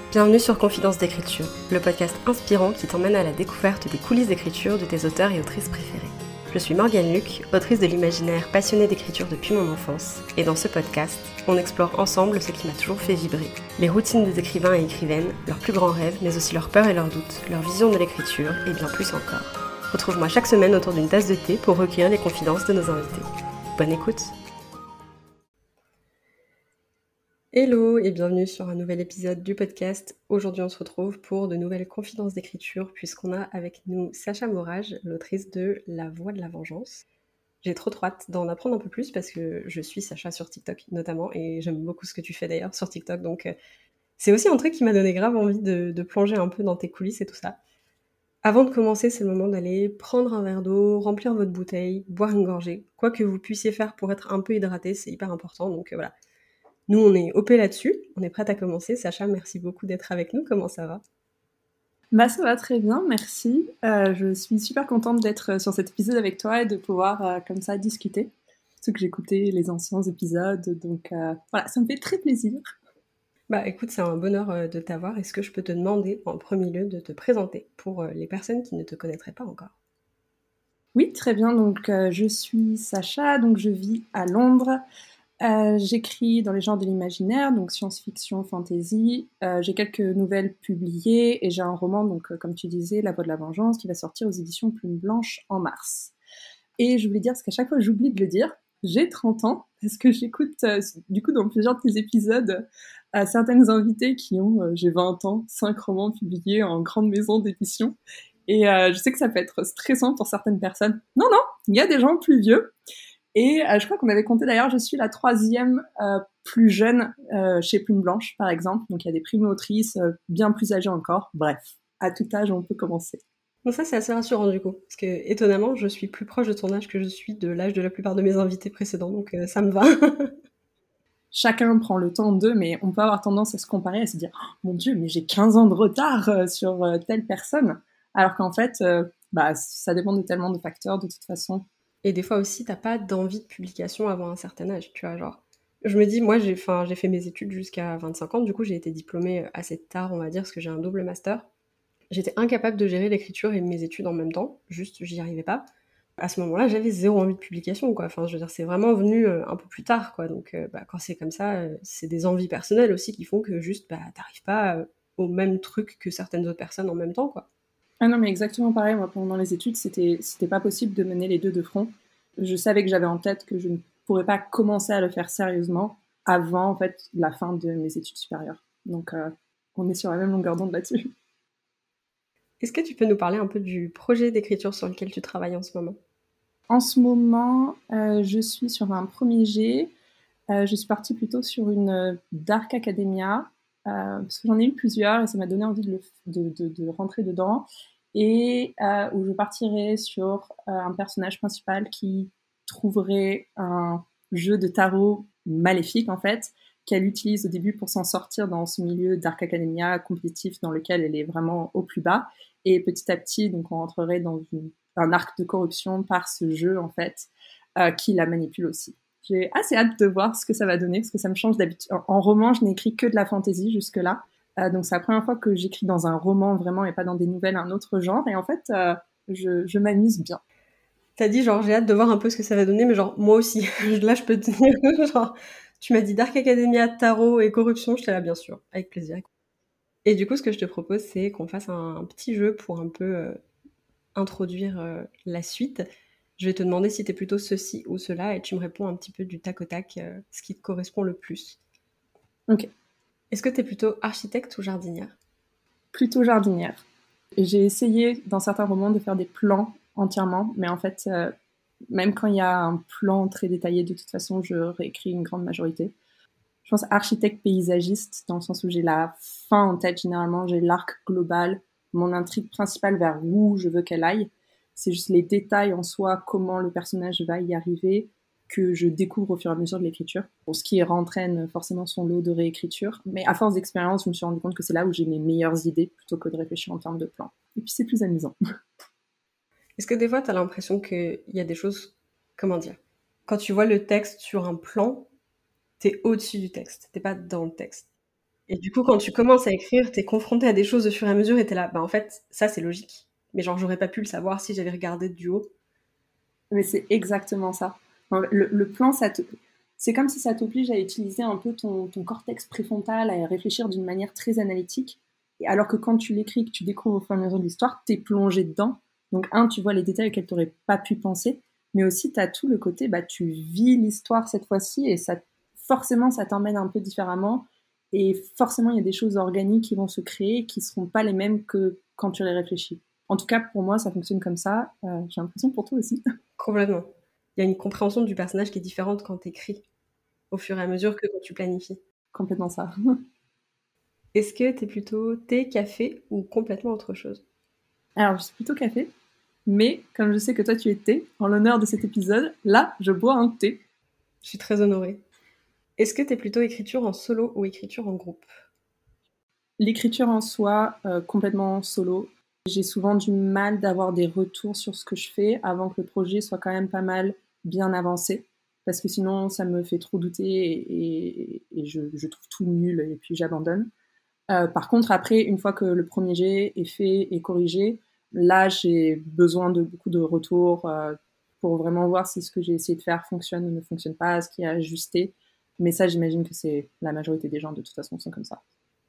Bienvenue sur Confidence d'écriture, le podcast inspirant qui t'emmène à la découverte des coulisses d'écriture de tes auteurs et autrices préférés. Je suis Morgane Luc, autrice de l'imaginaire passionnée d'écriture depuis mon enfance, et dans ce podcast, on explore ensemble ce qui m'a toujours fait vibrer. Les routines des écrivains et écrivaines, leurs plus grands rêves, mais aussi leurs peurs et leurs doutes, leur vision de l'écriture, et bien plus encore. Retrouve-moi chaque semaine autour d'une tasse de thé pour recueillir les confidences de nos invités. Bonne écoute! Hello et bienvenue sur un nouvel épisode du podcast. Aujourd'hui on se retrouve pour de nouvelles confidences d'écriture puisqu'on a avec nous Sacha Morage, l'autrice de La Voix de la Vengeance. J'ai trop hâte d'en apprendre un peu plus parce que je suis Sacha sur TikTok notamment et j'aime beaucoup ce que tu fais d'ailleurs sur TikTok, donc c'est aussi un truc qui m'a donné grave envie de plonger un peu dans tes coulisses et tout ça. Avant de commencer, c'est le moment d'aller prendre un verre d'eau, remplir votre bouteille, boire une gorgée. Quoi que vous puissiez faire pour être un peu hydraté, c'est hyper important, donc voilà. Nous, on est OP là-dessus, on est prête à commencer. Sacha, merci beaucoup d'être avec nous, comment ça va ? Ça va très bien, merci. Je suis super contente d'être sur cet épisode avec toi et de pouvoir comme ça discuter. Surtout que j'écoutais les anciens épisodes, donc voilà, ça me fait très plaisir. Bah écoute, c'est un bonheur de t'avoir. Est-ce que je peux te demander en premier lieu de te présenter pour les personnes qui ne te connaîtraient pas encore ? Oui, très bien, donc je suis Sacha, donc je vis à Londres. J'écris dans les genres de l'imaginaire, donc science-fiction, fantasy. J'ai quelques nouvelles publiées et j'ai un roman, donc comme tu disais, La Voix de la Vengeance, qui va sortir aux éditions Plume Blanche en mars. Et je voulais dire, parce qu'à chaque fois j'oublie de le dire, j'ai 30 ans, parce que j'écoute du coup dans plusieurs de tes épisodes certaines invitées qui ont, j'ai 20 ans, 5 romans publiés en grande maison d'édition. Et je sais que ça peut être stressant pour certaines personnes. Non, il y a des gens plus vieux. Et je crois qu'on avait compté d'ailleurs, je suis la 3e plus jeune chez Plume Blanche, par exemple. Donc il y a des primo-autrices bien plus âgées encore. Bref, à tout âge, on peut commencer. Bon, ça, c'est assez rassurant du coup, parce que étonnamment, je suis plus proche de ton âge que je suis de l'âge de la plupart de mes invités précédents, donc ça me va. Chacun prend le temps d'eux, mais on peut avoir tendance à se comparer, à se dire oh, « Mon Dieu, mais j'ai 15 ans de retard sur telle personne !» Alors qu'en fait, ça dépend de tellement de facteurs de toute façon. Et des fois aussi, t'as pas d'envie de publication avant un certain âge, tu vois, genre... Je me dis, moi, j'ai fait mes études jusqu'à 25 ans, du coup, j'ai été diplômée assez tard, on va dire, parce que j'ai un double master. J'étais incapable de gérer l'écriture et mes études en même temps, juste, j'y arrivais pas. À ce moment-là, j'avais zéro envie de publication, quoi. Enfin, je veux dire, c'est vraiment venu un peu plus tard, quoi. Donc, quand c'est comme ça, c'est des envies personnelles aussi qui font que juste, t'arrives pas au même truc que certaines autres personnes en même temps, quoi. Ah non, mais exactement pareil. Moi, pendant les études, c'était pas possible de mener les deux de front. Je savais que j'avais en tête que je ne pourrais pas commencer à le faire sérieusement avant, en fait, la fin de mes études supérieures. Donc, on est sur la même longueur d'onde là-dessus. Est-ce que tu peux nous parler un peu du projet d'écriture sur lequel tu travailles en ce moment ? En ce moment, je suis sur un premier jet. Je suis partie plutôt sur une Dark Academia, parce que j'en ai eu plusieurs et ça m'a donné envie de rentrer dedans. Et où je partirais sur un personnage principal qui trouverait un jeu de tarot maléfique, en fait, qu'elle utilise au début pour s'en sortir dans ce milieu Dark Academia compétitif dans lequel elle est vraiment au plus bas. Et petit à petit, donc, on rentrerait dans un arc de corruption par ce jeu, en fait, qui la manipule aussi. J'ai assez hâte de voir ce que ça va donner, parce que ça me change d'habitude. En roman, je n'ai écrit que de la fantasy jusque-là. Donc c'est la première fois que j'écris dans un roman vraiment et pas dans des nouvelles, un autre genre. Et en fait, je m'amuse bien. T'as dit genre j'ai hâte de voir un peu ce que ça va donner, mais genre moi aussi. Là je peux te dire, genre tu m'as dit Dark Academia, Tarot et Corruption, j'étais là bien sûr, avec plaisir. Et du coup ce que je te propose c'est qu'on fasse un petit jeu pour un peu introduire la suite. Je vais te demander si t'es plutôt ceci ou cela et tu me réponds un petit peu du tac au tac ce qui te correspond le plus. Ok. Est-ce que t'es plutôt architecte ou jardinière ? Plutôt jardinière. J'ai essayé dans certains romans de faire des plans entièrement, mais en fait, même quand il y a un plan très détaillé, de toute façon, je réécris une grande majorité. Je pense architecte paysagiste, dans le sens où j'ai la fin en tête, généralement, j'ai l'arc global, mon intrigue principale vers où je veux qu'elle aille. C'est juste les détails en soi, comment le personnage va y arriver, que je découvre au fur et à mesure de l'écriture. Pour ce qui entraîne forcément son lot de réécriture. Mais à force d'expérience, je me suis rendu compte que c'est là où j'ai mes meilleures idées, plutôt que de réfléchir en termes de plan. Et puis c'est plus amusant. Est-ce que des fois t'as l'impression qu'il y a des choses, comment dire, quand tu vois le texte sur un plan, t'es au-dessus du texte, t'es pas dans le texte. Et du coup, quand tu commences à écrire, t'es confronté à des choses au fur et à mesure et t'es là, bah en fait, ça c'est logique. Mais genre, j'aurais pas pu le savoir si j'avais regardé du haut. Mais c'est exactement ça. Le plan, c'est comme si ça t'oblige à utiliser un peu ton cortex préfrontal, à réfléchir d'une manière très analytique. Et alors que quand tu l'écris, que tu découvres au fur et à mesure de l'histoire, t'es plongé dedans. Donc, tu vois les détails auxquels t'aurais pas pu penser, mais aussi t'as tout le côté, bah, tu vis l'histoire cette fois-ci et forcément, ça t'emmène un peu différemment. Et forcément, il y a des choses organiques qui vont se créer qui seront pas les mêmes que quand tu les réfléchis. En tout cas, pour moi, ça fonctionne comme ça. J'ai l'impression pour toi aussi. Complètement. Il y a une compréhension du personnage qui est différente quand t'écris, au fur et à mesure que quand tu planifies. Complètement ça. Est-ce que t'es plutôt thé, café ou complètement autre chose? Alors, je suis plutôt café, mais comme je sais que toi tu es thé, en l'honneur de cet épisode, là, je bois un thé. Je suis très honorée. Est-ce que t'es plutôt écriture en solo ou écriture en groupe? L'écriture en soi, complètement solo. J'ai souvent du mal d'avoir des retours sur ce que je fais avant que le projet soit quand même pas mal bien avancé, parce que sinon ça me fait trop douter et je trouve tout nul et puis j'abandonne. Par contre, après, une fois que le premier jet est fait et corrigé, là, j'ai besoin de beaucoup de retours pour vraiment voir si ce que j'ai essayé de faire fonctionne ou ne fonctionne pas, ce qui est ajusté. Mais ça, j'imagine que c'est la majorité des gens, de toute façon, sont comme ça.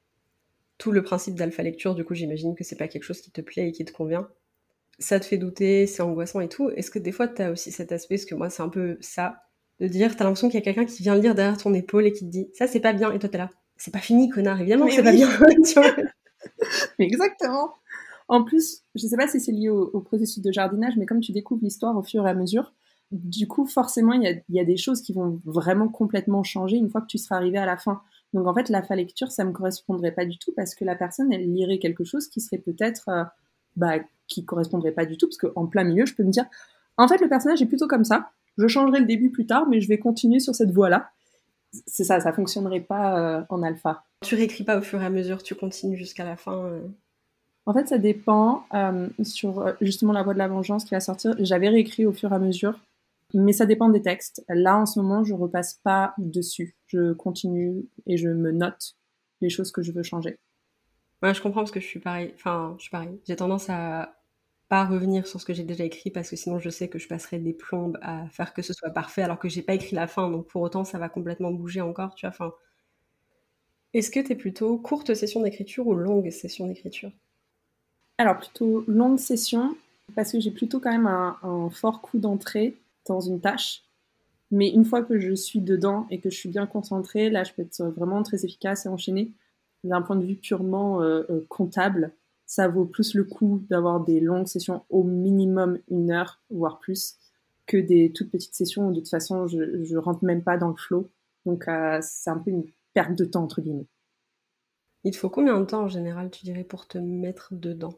Tout le principe d'alpha lecture, du coup, j'imagine que c'est pas quelque chose qui te plaît et qui te convient. Ça te fait douter, c'est angoissant et tout. Est-ce que des fois, t'as aussi cet aspect, parce que moi, c'est un peu ça, de dire, t'as l'impression qu'il y a quelqu'un qui vient lire derrière ton épaule et qui te dit, ça, c'est pas bien, et toi, t'es là. C'est pas fini, connard, évidemment que Mais c'est pas oui, bien, tu vois. mais exactement. En plus, je sais pas si c'est lié au processus de jardinage, mais comme tu découvres l'histoire au fur et à mesure, du coup, forcément, il y a des choses qui vont vraiment complètement changer une fois que tu seras arrivé à la fin. Donc, en fait, la fin lecture, ça me correspondrait pas du tout parce que la personne, elle lirait quelque chose qui serait peut-être, bah, qui correspondrait pas du tout parce qu'en plein milieu, je peux me dire, en fait, le personnage est plutôt comme ça. Je changerai le début plus tard, mais je vais continuer sur cette voie-là. C'est ça, ça fonctionnerait pas en alpha. Tu réécris pas au fur et à mesure, tu continues jusqu'à la fin. En fait, ça dépend. Sur justement La Voix de la Vengeance qui va sortir, j'avais réécrit au fur et à mesure, mais ça dépend des textes. Là, en ce moment, je repasse pas dessus. Je continue et je me note les choses que je veux changer. Ouais, je comprends parce que je suis pareil. Enfin, je suis pareil. J'ai tendance à pas revenir sur ce que j'ai déjà écrit parce que sinon je sais que je passerai des plombes à faire que ce soit parfait alors que j'ai pas écrit la fin, donc pour autant ça va complètement bouger encore, tu vois. Enfin, est-ce que t'es plutôt courte session d'écriture ou longue session d'écriture? Alors, plutôt longue session, parce que j'ai plutôt quand même un fort coup d'entrée dans une tâche. Mais une fois que je suis dedans et que je suis bien concentrée, là, je peux être vraiment très efficace et enchaîner. D'un point de vue purement comptable, ça vaut plus le coup d'avoir des longues sessions, au minimum 1 heure, voire plus, que des toutes petites sessions où de toute façon, je rentre même pas dans le flow. Donc, c'est un peu une perte de temps, entre guillemets. Il te faut combien de temps en général, tu dirais, pour te mettre dedans?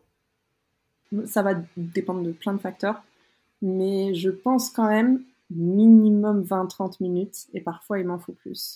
Ça va dépendre de plein de facteurs, mais je pense quand même minimum 20-30 minutes, et parfois il m'en faut plus.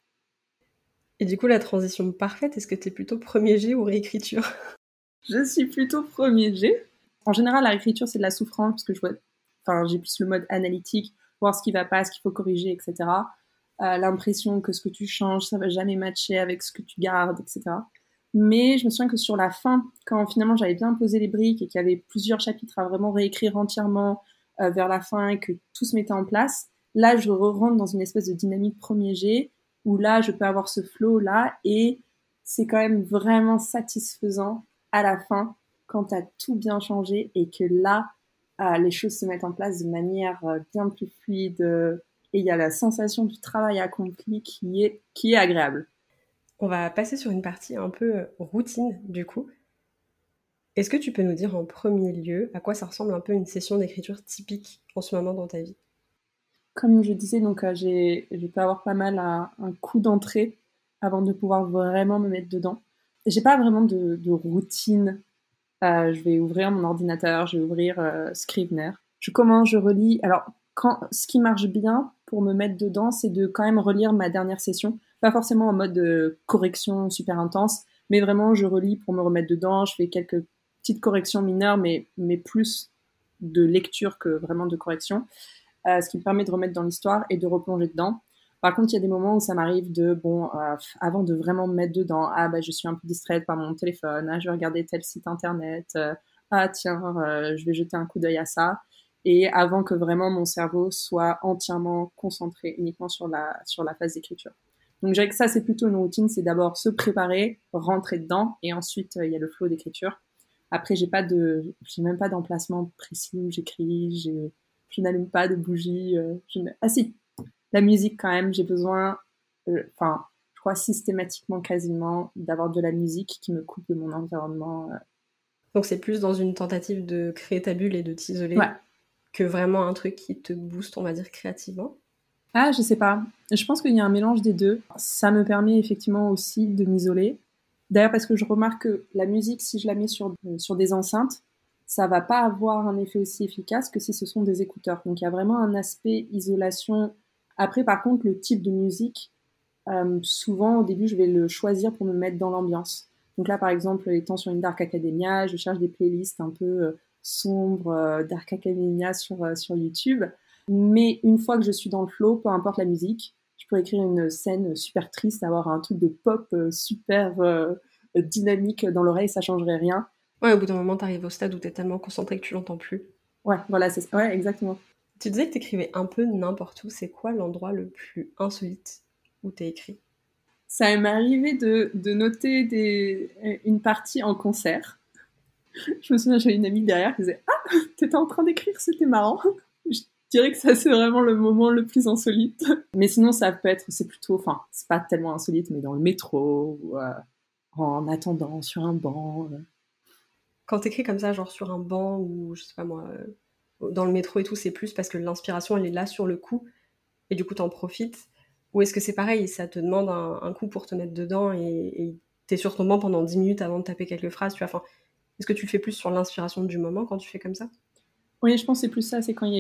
Et du coup, la transition parfaite, est-ce que t'es plutôt premier jet ou réécriture? Je suis plutôt premier G. En général, la réécriture, c'est de la souffrance, parce que j'ai plus le mode analytique, voir ce qui va pas, ce qu'il faut corriger, etc. L'impression que ce que tu changes, ça va jamais matcher avec ce que tu gardes, etc. Mais je me souviens que sur la fin, quand finalement j'avais bien posé les briques et qu'il y avait plusieurs chapitres à vraiment réécrire entièrement vers la fin et que tout se mettait en place, là, je rentre dans une espèce de dynamique premier G, où là, je peux avoir ce flow-là, et c'est quand même vraiment satisfaisant à la fin, quand tu as tout bien changé et que là, les choses se mettent en place de manière bien plus fluide, et il y a la sensation du travail accompli qui est agréable. On va passer sur une partie un peu routine, du coup. Est-ce que tu peux nous dire en premier lieu à quoi ça ressemble un peu une session d'écriture typique en ce moment dans ta vie? Comme je disais, donc je peux avoir pas mal un coup d'entrée avant de pouvoir vraiment me mettre dedans. J'ai pas vraiment de routine. Je vais ouvrir mon ordinateur, je vais ouvrir Scrivener. Je commence, je relis. Alors, ce qui marche bien pour me mettre dedans, c'est de quand même relire ma dernière session. Pas forcément en mode correction super intense, mais vraiment, je relis pour me remettre dedans. Je fais quelques petites corrections mineures, mais plus de lecture que vraiment de correction. Ce qui me permet de remettre dans l'histoire et de replonger dedans. Par contre, il y a des moments où ça m'arrive avant de vraiment me mettre dedans, je suis un peu distraite par mon téléphone, je vais regarder tel site internet, tiens, je vais jeter un coup d'œil à ça. Et avant que vraiment mon cerveau soit entièrement concentré uniquement sur la phase d'écriture. Donc, je dirais que ça, c'est plutôt une routine, c'est d'abord se préparer, rentrer dedans, et ensuite, il y a le flow d'écriture. Après, j'ai même pas d'emplacement précis où j'écris, je n'allume pas de bougie, ah si, la musique quand même, j'ai besoin, je crois systématiquement, quasiment, d'avoir de la musique qui me coupe de mon environnement. Donc c'est plus dans une tentative de créer ta bulle et de t'isoler Ouais. que vraiment un truc qui te booste, on va dire, créativement. Ah, je sais pas. Je pense qu'il y a un mélange des deux. Ça me permet effectivement aussi de m'isoler. D'ailleurs, parce que je remarque que la musique, si je la mets sur des enceintes, ça va pas avoir un effet aussi efficace que si ce sont des écouteurs. Donc il y a vraiment un aspect isolation. Après, par contre, le type de musique, souvent au début, je vais le choisir pour me mettre dans l'ambiance. Donc là, par exemple, étant sur une Dark Academia, je cherche des playlists un peu sombres, Dark Academia sur YouTube. Mais une fois que je suis dans le flow, peu importe la musique, je peux écrire une scène super triste, avoir un truc de pop super dynamique dans l'oreille, ça changerait rien. Ouais, au bout d'un moment, t'arrives au stade où t'es tellement concentré que tu l'entends plus. Ouais, voilà, ouais, exactement. Tu disais que t'écrivais un peu n'importe où. C'est quoi l'endroit le plus insolite où t'as écrit? Ça m'est arrivé de noter une partie en concert. Je me souviens, j'avais une amie derrière qui disait « Ah, t'étais en train d'écrire, c'était marrant !» Je dirais que ça, c'est vraiment le moment le plus insolite. Mais sinon, c'est plutôt, c'est pas tellement insolite, mais dans le métro, ou en attendant sur un banc. Quand t'écris comme ça, genre sur un banc ou, je sais pas moi, dans le métro et tout, c'est plus parce que l'inspiration, elle est là sur le coup et du coup, t'en profites? Ou est-ce que c'est pareil, ça te demande un coup pour te mettre dedans et t'es sur ton banc pendant 10 minutes avant de taper quelques phrases, tu vois? Enfin, est-ce que tu le fais plus sur l'inspiration du moment quand tu fais comme ça? Oui, je pense que c'est plus ça, c'est quand il y a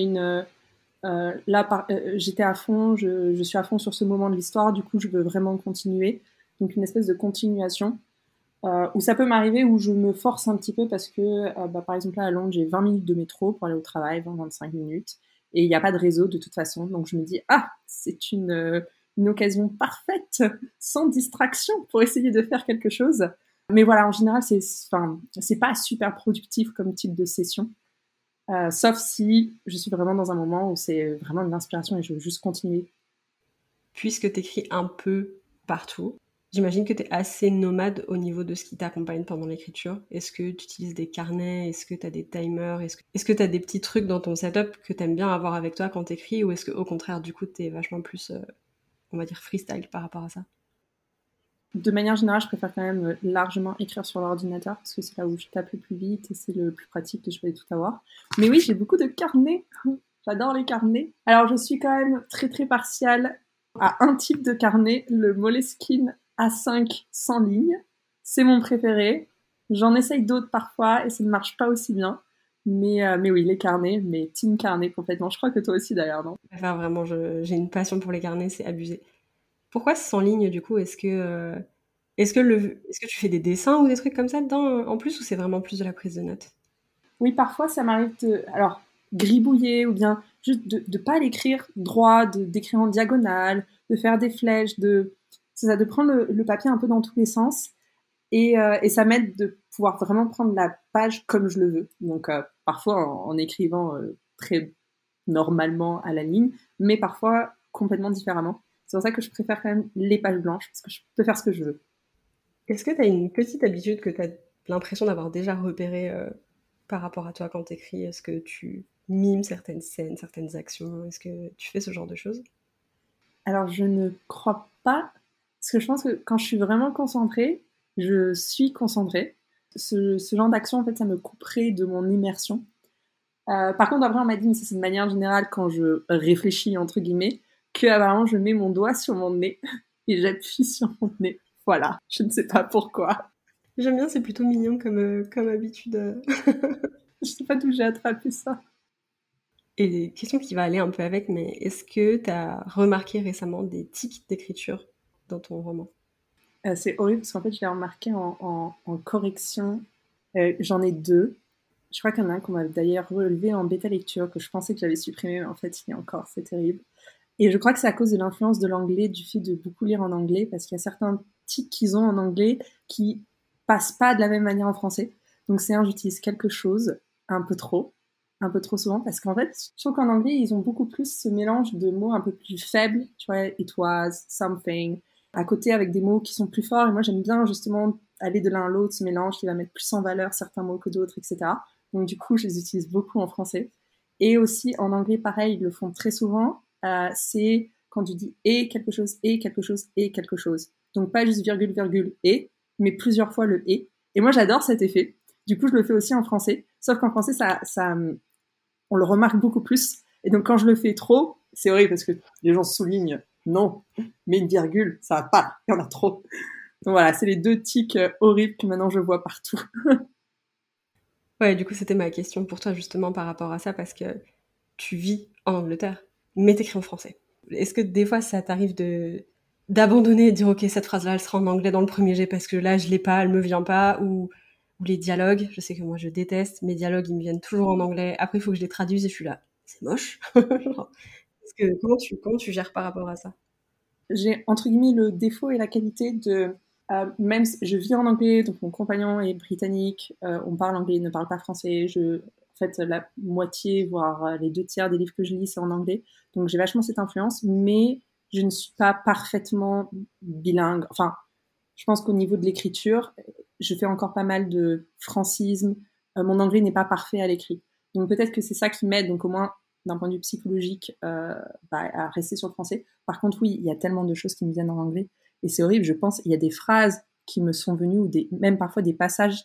j'étais à fond, je suis à fond sur ce moment de l'histoire, du coup, je veux vraiment continuer. Donc, une espèce de continuation. Où ça peut m'arriver où je me force un petit peu parce que, par exemple, là, à Londres, j'ai 20 minutes de métro pour aller au travail, 20-25 minutes, et il n'y a pas de réseau de toute façon. Donc, je me dis, c'est une occasion parfaite, sans distraction, pour essayer de faire quelque chose. Mais voilà, en général, c'est pas super productif comme type de session. Sauf si je suis vraiment dans un moment où c'est vraiment de l'inspiration et je veux juste continuer. Puisque t'écris un peu partout, j'imagine que t'es assez nomade au niveau de ce qui t'accompagne pendant l'écriture. Est-ce que tu utilises des carnets? Est-ce que t'as des timers? Est-ce que t'as des petits trucs dans ton setup que t'aimes bien avoir avec toi quand t'écris? Ou est-ce que au contraire, du coup, t'es vachement plus, on va dire, freestyle par rapport à ça? De manière générale, je préfère quand même largement écrire sur l'ordinateur parce que c'est là où je tape le plus vite et c'est le plus pratique et je vais tout avoir. Mais oui, j'ai beaucoup de carnets. J'adore les carnets. Alors, je suis quand même très très partiale à un type de carnet, le Moleskine A5 sans ligne. C'est mon préféré. J'en essaye d'autres parfois et ça ne marche pas aussi bien. Mais oui, les carnets, mais team carnet complètement. Je crois que toi aussi d'ailleurs, non? Enfin, vraiment, j'ai une passion pour les carnets, c'est abusé. Pourquoi c'est sans ligne, du coup? Est-ce que tu fais des dessins ou des trucs comme ça dedans, en plus, ou c'est vraiment plus de la prise de notes? Oui, parfois ça m'arrive alors, gribouiller ou bien juste de pas l'écrire droit, d'écrire en diagonale, de faire des flèches, c'est ça, de prendre le papier un peu dans tous les sens. Et ça m'aide de pouvoir vraiment prendre la page comme je le veux. Donc, parfois en écrivant très normalement à la ligne, mais parfois complètement différemment. C'est pour ça que je préfère quand même les pages blanches, parce que je peux faire ce que je veux. Est-ce que tu as une petite habitude que tu as l'impression d'avoir déjà repérée par rapport à toi quand tu écris? Est-ce que tu mimes certaines scènes, certaines actions? Est-ce que tu fais ce genre de choses? Alors, je ne crois pas, parce que je pense que quand je suis vraiment concentrée, je suis concentrée. Ce genre d'action, en fait, ça me couperait de mon immersion. Par contre, après, on m'a dit, mais ça, c'est de manière générale, quand je réfléchis, entre guillemets, que apparemment, je mets mon doigt sur mon nez et j'appuie sur mon nez. Voilà, je ne sais pas pourquoi. J'aime bien, c'est plutôt mignon comme habitude. Je sais pas d'où j'ai attrapé ça. Et question qui va aller un peu avec, mais est-ce que tu as remarqué récemment des tics d'écriture dans ton roman? C'est horrible parce qu'en fait, je l'ai remarqué en correction. J'en ai deux. Je crois qu'il y en a un qu'on m'a d'ailleurs relevé en bêta lecture, que je pensais que j'avais supprimé, mais en fait, il est encore, c'est terrible. Et je crois que c'est à cause de l'influence de l'anglais, du fait de beaucoup lire en anglais, parce qu'il y a certains tics qu'ils ont en anglais qui passent pas de la même manière en français. Donc c'est j'utilise quelque chose un peu trop souvent, parce qu'en fait, je trouve qu'en anglais, ils ont beaucoup plus ce mélange de mots un peu plus faibles, tu vois, it was, something, à côté avec des mots qui sont plus forts. Et moi, j'aime bien justement aller de l'un à l'autre, ce mélange qui va mettre plus en valeur certains mots que d'autres, etc. Donc du coup, je les utilise beaucoup en français. Et aussi en anglais, pareil, ils le font très souvent. C'est quand tu dis et quelque chose, et quelque chose, et quelque chose. Donc pas juste virgule, virgule, et, mais plusieurs fois le et. Et moi, j'adore cet effet. Du coup, je le fais aussi en français. Sauf qu'en français, on le remarque beaucoup plus. Et donc, quand je le fais trop, c'est horrible parce que les gens soulignent non, mais une virgule, ça va pas. Il y en a trop. Donc voilà, c'est les deux tics horribles que maintenant je vois partout. Ouais, du coup, c'était ma question pour toi justement par rapport à ça, parce que tu vis en Angleterre, mais t'écris en français. Est-ce que des fois ça t'arrive d'abandonner et de dire ok, cette phrase-là elle sera en anglais dans le premier jet parce que là je l'ai pas, elle me vient pas, ou les dialogues, je sais que moi je déteste, mes dialogues ils me viennent toujours en anglais, après il faut que je les traduise et je suis là, c'est moche. Genre, comment tu gères par rapport à ça? J'ai entre guillemets le défaut et la qualité de même si je vis en anglais, donc mon compagnon est britannique, on parle anglais, il ne parle pas français. En fait, la moitié, voire les deux tiers des livres que je lis, c'est en anglais. Donc j'ai vachement cette influence, mais je ne suis pas parfaitement bilingue. Enfin, je pense qu'au niveau de l'écriture, je fais encore pas mal de francisme. Mon anglais n'est pas parfait à l'écrit. Donc peut-être que c'est ça qui m'aide, donc au moins d'un point de vue psychologique, à rester sur le français. Par contre, oui, il y a tellement de choses qui me viennent en anglais. Et c'est horrible, je pense, il y a des phrases qui me sont venues, ou même parfois des passages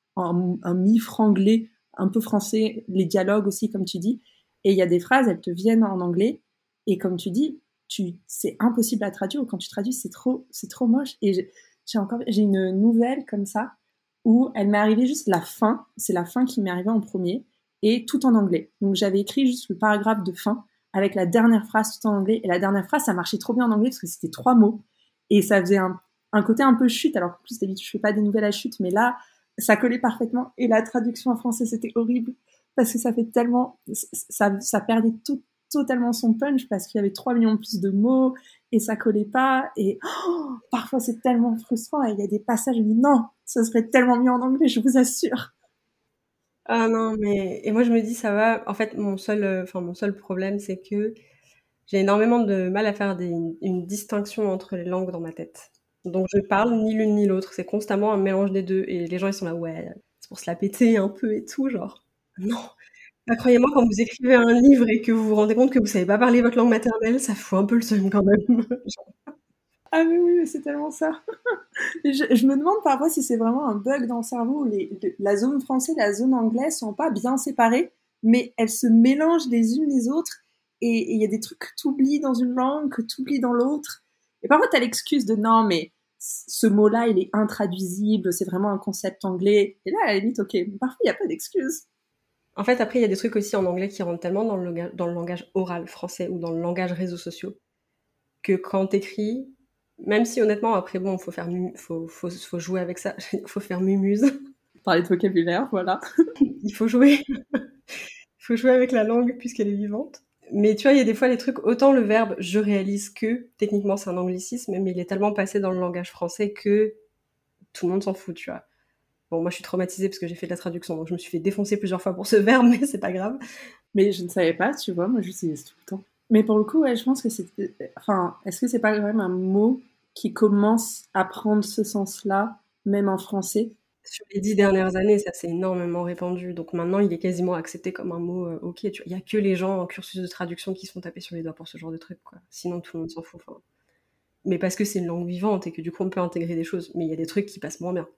en mi-franglais, un peu français, les dialogues aussi, comme tu dis. Et il y a des phrases, elles te viennent en anglais. Et comme tu dis, c'est impossible à traduire. Quand tu traduis, c'est trop moche. Et j'ai une nouvelle comme ça où elle m'est arrivée juste la fin. C'est la fin qui m'est arrivée en premier et tout en anglais. Donc j'avais écrit juste le paragraphe de fin avec la dernière phrase tout en anglais. Et la dernière phrase, ça marchait trop bien en anglais parce que c'était 3 mots et ça faisait un côté un peu chute. Alors en plus d'habitude je fais pas des nouvelles à chute, mais là ça collait parfaitement. Et la traduction en français, c'était horrible parce que ça fait tellement, ça perdait totalement son punch parce qu'il y avait 3 millions de plus de mots et ça collait pas. Et parfois, c'est tellement frustrant. Et il y a des passages, je me dis non, ça serait tellement mieux en anglais, je vous assure. Ah non, mais et moi je me dis ça va. En fait, mon seul problème, c'est que j'ai énormément de mal à faire une distinction entre les langues dans ma tête. Donc je parle ni l'une ni l'autre, c'est constamment un mélange des deux. Et les gens ils sont là, ouais, c'est pour se la péter un peu et tout, genre. Non. Bah, croyez-moi, quand vous écrivez un livre et que vous vous rendez compte que vous savez pas parler votre langue maternelle, ça fout un peu le seum quand même. Ah mais oui, mais c'est tellement ça. Je me demande parfois si c'est vraiment un bug dans le cerveau où la zone française et la zone anglaise sont pas bien séparées, mais elles se mélangent les unes les autres. Et il y a des trucs que tu oublies dans une langue, que tu oublies dans l'autre. Et parfois, tu as l'excuse de non, mais ce mot-là, il est intraduisible, c'est vraiment un concept anglais. Et là, à la limite, ok, mais parfois, il n'y a pas d'excuse. En fait, après, il y a des trucs aussi en anglais qui rentrent tellement dans le langage oral français ou dans le langage réseaux sociaux que quand t'écris, même si honnêtement, après, bon, faut jouer avec ça, faut faire mumuse, Parler de vocabulaire, voilà. il faut jouer, faut jouer avec la langue puisqu'elle est vivante. Mais tu vois, il y a des fois les trucs, autant le verbe je réalise que, techniquement c'est un anglicisme, mais il est tellement passé dans le langage français que tout le monde s'en fout, tu vois. Bon, moi je suis traumatisée parce que j'ai fait de la traduction, donc je me suis fait défoncer plusieurs fois pour ce verbe, mais c'est pas grave. Mais je ne savais pas, tu vois, moi j'utilise tout le temps. Mais pour le coup, ouais, je pense que c'est. Enfin, est-ce que c'est pas quand même un mot qui commence à prendre ce sens-là, même en français? Sur les 10 dernières années, ça s'est énormément répandu, donc maintenant il est quasiment accepté comme un mot ok, tu vois. Il y a que les gens en cursus de traduction qui se font taper sur les doigts pour ce genre de truc, quoi. Sinon tout le monde s'en fout, enfin. Mais parce que c'est une langue vivante et que du coup on peut intégrer des choses, mais il y a des trucs qui passent moins bien.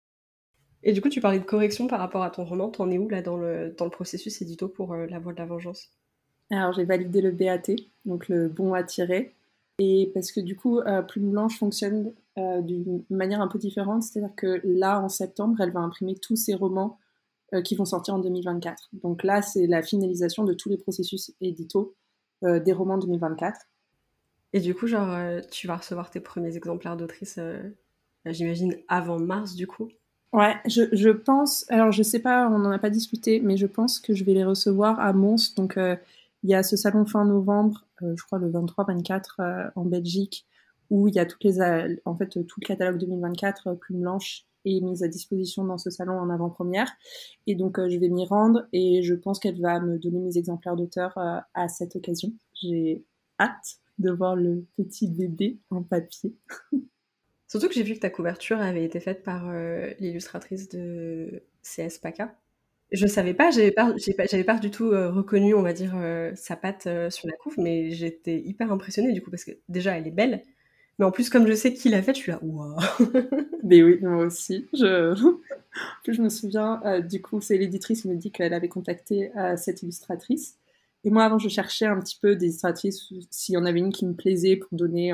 Et du coup, tu parlais de correction par rapport à ton roman. T'en es où là dans le processus édito pour La Voix de la Vengeance? Alors j'ai validé le BAT, donc le bon à tirer. Et parce que du coup, Plume Blanche fonctionne d'une manière un peu différente, c'est-à-dire que là, en septembre, elle va imprimer tous ses romans qui vont sortir en 2024. Donc là, c'est la finalisation de tous les processus édito des romans 2024. Et du coup, genre, tu vas recevoir tes premiers exemplaires d'autrice, j'imagine, avant mars, du coup. Ouais, je pense, alors je sais pas, on n'en a pas discuté, mais je pense que je vais les recevoir à Mons, donc Il y a ce salon fin novembre, je crois le 23-24 en Belgique, où il y a tout le catalogue 2024, Plume Blanche, est mise à disposition dans ce salon en avant-première. Et donc, je vais m'y rendre et je pense qu'elle va me donner mes exemplaires d'auteur à cette occasion. J'ai hâte de voir le petit bébé en papier. Surtout que j'ai vu que ta couverture avait été faite par l'illustratrice de CS Paca. Je savais pas, j'avais pas du tout reconnu, on va dire, sa patte sur la couve, mais j'étais hyper impressionnée du coup, parce que déjà elle est belle, mais en plus, comme je sais qui l'a faite, je suis là, waouh! Mais oui, moi aussi. Plus je me souviens, du coup, c'est l'éditrice qui me dit qu'elle avait contacté cette illustratrice. Et moi, avant, je cherchais un petit peu des illustratrices, s'il y en avait une qui me plaisait pour donner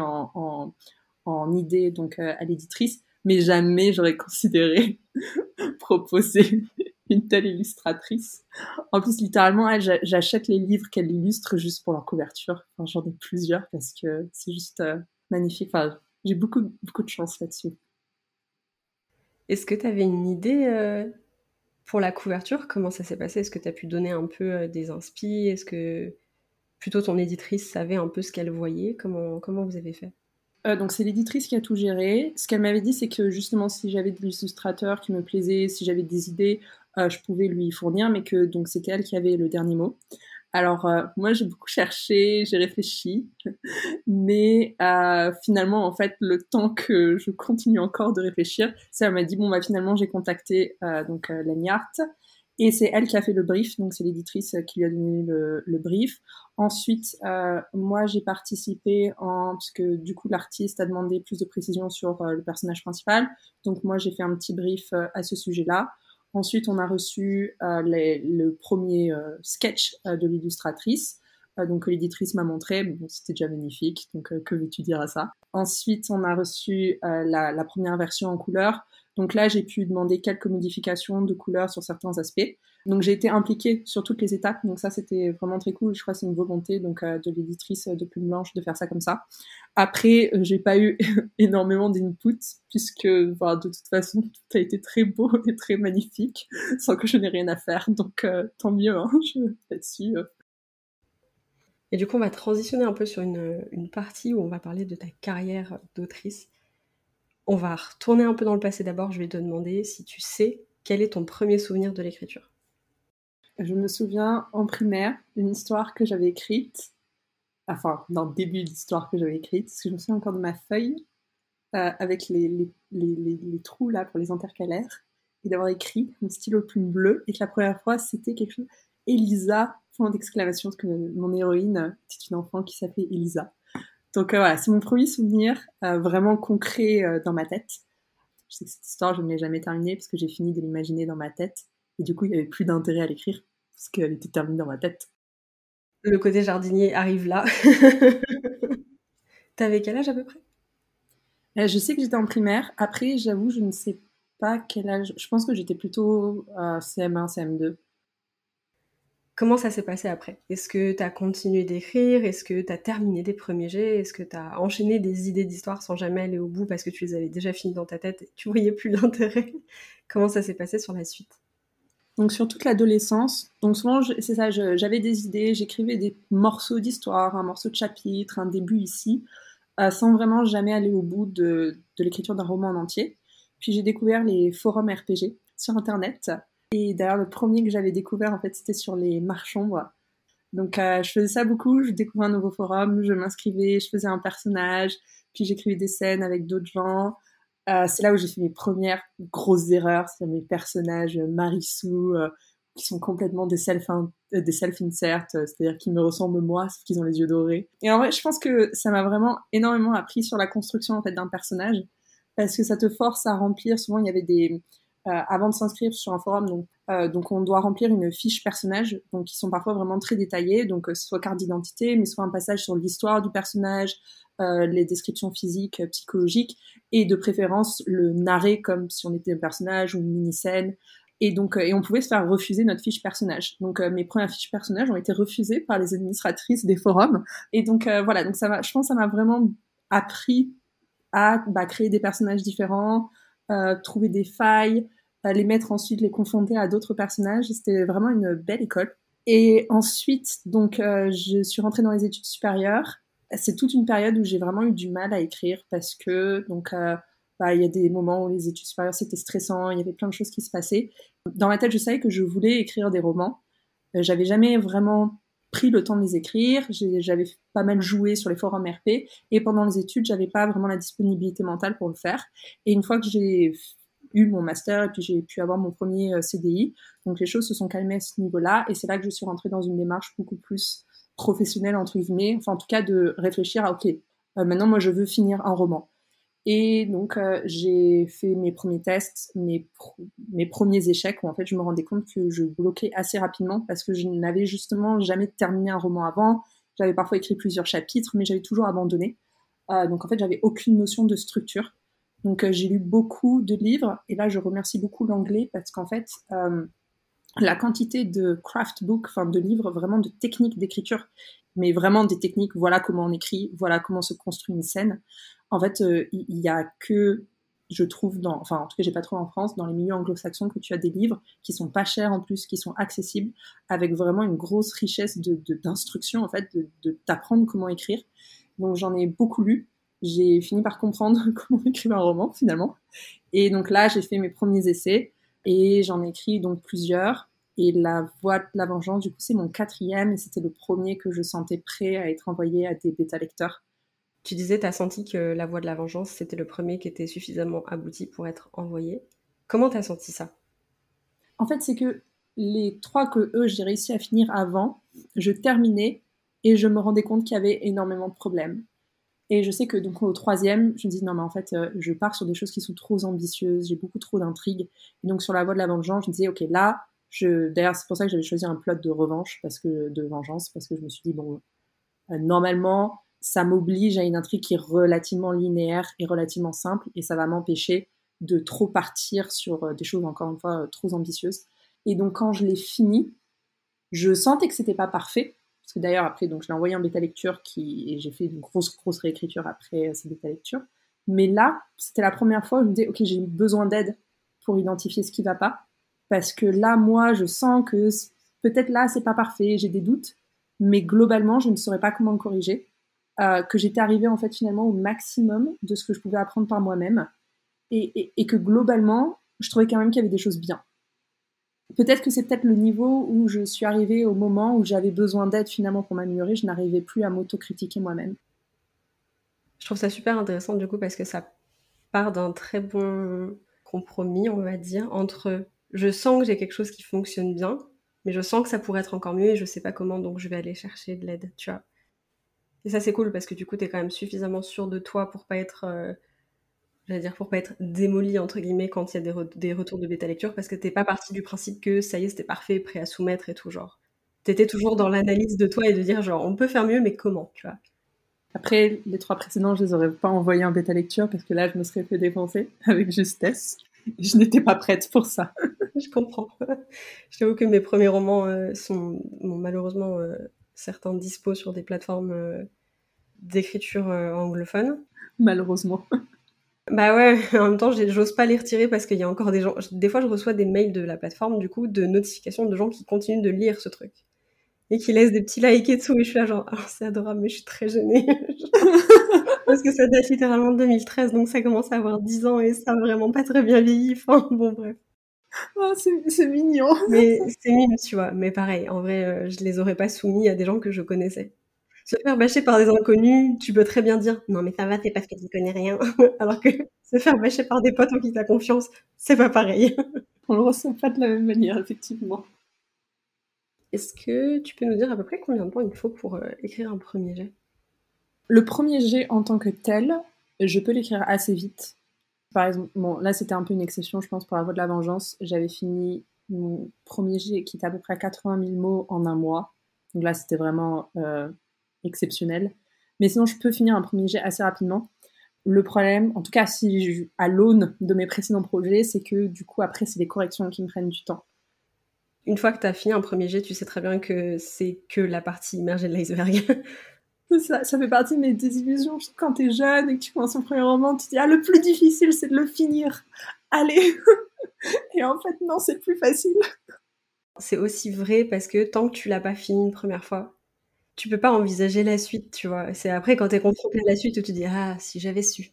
en idée donc à l'éditrice, mais jamais j'aurais considéré proposer une telle illustratrice. En plus, littéralement, j'achète les livres qu'elle illustre juste pour leur couverture. Enfin, j'en ai plusieurs parce que c'est juste magnifique. Enfin, j'ai beaucoup de chance là-dessus. Est-ce que tu avais une idée pour la couverture? Comment ça s'est passé? Est-ce que tu as pu donner un peu des inspi? Est-ce que plutôt ton éditrice savait un peu ce qu'elle voyait? Comment vous avez fait? Donc c'est l'éditrice qui a tout géré. Ce qu'elle m'avait dit, c'est que justement, si j'avais des illustrateurs qui me plaisaient, si j'avais des idées, je pouvais lui fournir, mais que donc c'était elle qui avait le dernier mot. Alors moi, j'ai beaucoup cherché, j'ai réfléchi, mais finalement, en fait, le temps que je continue encore de réfléchir, ça m'a dit bon bah finalement, j'ai contacté Lani Art. Et c'est elle qui a fait le brief, donc c'est l'éditrice qui lui a donné le brief. Ensuite, moi j'ai participé parce que du coup l'artiste a demandé plus de précision sur le personnage principal, donc moi j'ai fait un petit brief à ce sujet-là. Ensuite, on a reçu le premier sketch de l'illustratrice, donc que l'éditrice m'a montré. Bon, c'était déjà magnifique, donc que veux-tu dire à ça? Ensuite, on a reçu la première version en couleur. Donc là, j'ai pu demander quelques modifications de couleurs sur certains aspects. Donc j'ai été impliquée sur toutes les étapes, donc ça c'était vraiment très cool. Je crois que c'est une volonté donc de l'éditrice de Plume Blanche de faire ça comme ça. Après, j'ai pas eu énormément d'input puisque de toute façon tout a été très beau et très magnifique sans que je n'ai rien à faire. Donc tant mieux hein, là-dessus. Et du coup, on va transitionner un peu sur une partie où on va parler de ta carrière d'autrice. On va retourner un peu dans le passé d'abord. Je vais te demander si tu sais quel est ton premier souvenir de l'écriture. Je me souviens en primaire d'une histoire que j'avais écrite, enfin dans le début de l'histoire que j'avais écrite, parce que je me souviens encore de ma feuille avec les trous là pour les intercalaires, et d'avoir écrit un stylo plume bleu, et que la première fois c'était quelque chose, Elisa, point d'exclamation, parce que mon héroïne était une enfant qui s'appelait Elisa. Donc voilà, c'est mon premier souvenir vraiment concret dans ma tête. Je sais que cette histoire, je ne l'ai jamais terminée parce que j'ai fini de l'imaginer dans ma tête. Et du coup, il n'y avait plus d'intérêt à l'écrire parce qu'elle était terminée dans ma tête. Le côté jardinier arrive là. T'avais quel âge à peu près? Je sais que j'étais en primaire. Après, j'avoue, je ne sais pas quel âge. Je pense que j'étais plutôt CM1, CM2. Comment ça s'est passé après? Est-ce que tu as continué d'écrire? Est-ce que tu as terminé des premiers jets? Est-ce que tu as enchaîné des idées d'histoire sans jamais aller au bout parce que tu les avais déjà finies dans ta tête et tu voyais plus l'intérêt? Comment ça s'est passé sur la suite? Donc sur toute l'adolescence, donc souvent c'est ça, j'avais des idées, j'écrivais des morceaux d'histoire, un morceau de chapitre, un début ici, sans vraiment jamais aller au bout de l'écriture d'un roman en entier. Puis j'ai découvert les forums RPG sur Internet. Et d'ailleurs, le premier que j'avais découvert, en fait, c'était sur les marches-ombres. Donc, je faisais ça beaucoup. Je découvrais un nouveau forum, je m'inscrivais, je faisais un personnage, puis j'écrivais des scènes avec d'autres gens. C'est là où j'ai fait mes premières grosses erreurs, c'est mes personnages Marissou, qui sont complètement des self-insert, c'est-à-dire qu'ils me ressemblent moi, sauf qu'ils ont les yeux dorés. Et en vrai, je pense que ça m'a vraiment énormément appris sur la construction en fait d'un personnage, parce que ça te force à remplir. Souvent, il y avait avant de s'inscrire sur un forum, donc on doit remplir une fiche personnage, donc qui sont parfois vraiment très détaillées, donc soit carte d'identité, mais soit un passage sur l'histoire du personnage, les descriptions physiques, psychologiques, et de préférence le narrer comme si on était un personnage ou une mini-scène. Et donc, et on pouvait se faire refuser notre fiche personnage. Donc, mes premières fiches personnages ont été refusées par les administratrices des forums. Et donc, voilà. Donc, je pense que ça m'a vraiment appris à créer des personnages différents, trouver des failles, les mettre ensuite, les confronter à d'autres personnages. C'était vraiment une belle école. Et ensuite, donc, je suis rentrée dans les études supérieures. C'est toute une période où j'ai vraiment eu du mal à écrire parce que, donc, il y a des moments où les études supérieures c'était stressant, il y avait plein de choses qui se passaient. Dans ma tête, je savais que je voulais écrire des romans. J'avais jamais vraiment pris le temps de les écrire. J'avais pas mal joué sur les forums RP et pendant les études, j'avais pas vraiment la disponibilité mentale pour le faire. Et une fois que j'ai eu mon master et puis j'ai pu avoir mon premier CDI, donc les choses se sont calmées à ce niveau-là et c'est là que je suis rentrée dans une démarche beaucoup plus professionnelle entre guillemets, enfin en tout cas de réfléchir à ok, maintenant moi je veux finir un roman. Et donc j'ai fait mes premiers tests, mes premiers échecs où en fait je me rendais compte que je bloquais assez rapidement parce que je n'avais justement jamais terminé un roman avant. J'avais parfois écrit plusieurs chapitres, mais j'avais toujours abandonné. Donc en fait j'avais aucune notion de structure. Donc j'ai lu beaucoup de livres et là je remercie beaucoup l'anglais parce qu'en fait la quantité de craft book, enfin de livres vraiment de techniques d'écriture, mais vraiment des techniques, voilà comment on écrit, voilà comment se construit une scène. En fait, il y a que, je trouve, enfin en tout cas j'ai pas trouvé en France, dans les milieux anglo-saxons que tu as des livres qui sont pas chers en plus, qui sont accessibles, avec vraiment une grosse richesse d'instructions en fait, de t'apprendre comment écrire. Donc j'en ai beaucoup lu. J'ai fini par comprendre comment écrire un roman finalement. Et donc là, j'ai fait mes premiers essais et j'en ai écrit donc plusieurs. Et La Voix de la Vengeance, du coup, c'est mon 4e et c'était le premier que je sentais prêt à être envoyé à des bêta-lecteurs. Tu disais, t'as senti que La Voix de la Vengeance, c'était le premier qui était suffisamment abouti pour être envoyé. Comment t'as senti ça? En fait, c'est que les 3 que j'ai réussi à finir avant, je terminais et je me rendais compte qu'il y avait énormément de problèmes. Et je sais que donc au 3e, je me dis non mais en fait je pars sur des choses qui sont trop ambitieuses, j'ai beaucoup trop d'intrigues. Et donc sur La Voix de la Vengeance, je me disais ok là, d'ailleurs c'est pour ça que j'avais choisi un plot de revanche de vengeance parce que je me suis dit bon normalement ça m'oblige à une intrigue qui est relativement linéaire et relativement simple et ça va m'empêcher de trop partir sur des choses encore une fois trop ambitieuses. Et donc quand je l'ai fini, je sentais que c'était pas parfait. Parce que d'ailleurs, après, donc, je l'ai envoyé en bêta lecture et j'ai fait une grosse réécriture après ces bêta lectures. Mais là, c'était la première fois où je me disais, ok, j'ai besoin d'aide pour identifier ce qui va pas. Parce que là, moi, je sens que peut-être là, c'est pas parfait, j'ai des doutes. Mais globalement, je ne saurais pas comment le corriger. Que j'étais arrivée, en fait, finalement, au maximum de ce que je pouvais apprendre par moi-même. Et que globalement, je trouvais quand même qu'il y avait des choses bien. Peut-être que c'est peut-être le niveau où je suis arrivée au moment où j'avais besoin d'aide finalement pour m'améliorer, je n'arrivais plus à m'autocritiquer moi-même. Je trouve ça super intéressant du coup parce que ça part d'un très bon compromis, on va dire, entre je sens que j'ai quelque chose qui fonctionne bien, mais je sens que ça pourrait être encore mieux et je sais pas comment, donc je vais aller chercher de l'aide, tu vois. Et ça c'est cool parce que du coup t'es quand même suffisamment sûr de toi pour pas être, j'allais dire pour pas être démoli entre guillemets quand il y a des retours de bêta lecture parce que t'es pas parti du principe que ça y est c'était parfait, prêt à soumettre et tout genre. T'étais toujours dans l'analyse de toi et de dire genre on peut faire mieux mais comment, tu vois. Après, les 3 précédents, je les aurais pas envoyés en bêta lecture parce que là, je me serais fait défoncer avec justesse. Je n'étais pas prête pour ça. Je comprends. Je t'avoue que mes premiers romans bon, malheureusement certains dispo sur des plateformes d'écriture anglophone. Malheureusement. Bah ouais, en même temps, j'ose pas les retirer parce qu'il y a encore des gens. Des fois, je reçois des mails de la plateforme, du coup, de notifications de gens qui continuent de lire ce truc et qui laissent des petits likes et tout. Et je suis là, genre, ah, c'est adorable, mais je suis très gênée. Parce que ça date littéralement de 2013, donc ça commence à avoir 10 ans et ça a vraiment pas très bien vieilli. Enfin, bon, bref. Oh, c'est mignon. Mais c'est mime, tu vois. Mais pareil, en vrai, je les aurais pas soumis à des gens que je connaissais. Se faire bâcher par des inconnus, tu peux très bien dire non mais ça va, c'est parce que tu connais rien. Alors que se faire bâcher par des potes en qui t'as confiance, c'est pas pareil. On le ressent pas de la même manière, effectivement. Est-ce que tu peux nous dire à peu près combien de temps il faut pour écrire un premier jet? Le premier jet en tant que tel, je peux l'écrire assez vite. Par exemple, bon, là c'était un peu une exception, je pense, pour La Voix de la Vengeance. J'avais fini mon premier jet qui était à peu près 80 000 mots en un mois. Donc là, c'était vraiment exceptionnel. Mais sinon, je peux finir un premier jet assez rapidement. Le problème, en tout cas, si à l'aune de mes précédents projets, c'est que du coup, après, c'est les corrections qui me prennent du temps. Une fois que t'as fini un premier jet, tu sais très bien que c'est que la partie immergée de l'iceberg. Ça fait partie de mes désillusions. Quand t'es jeune et que tu commences ton premier roman, tu te dis ah, le plus difficile, c'est de le finir. Allez. Et en fait, non, c'est plus facile. C'est aussi vrai parce que tant que tu l'as pas fini une première fois, tu peux pas envisager la suite, tu vois? C'est après quand tu es confronté à la suite où tu te dis: «Ah, si j'avais su».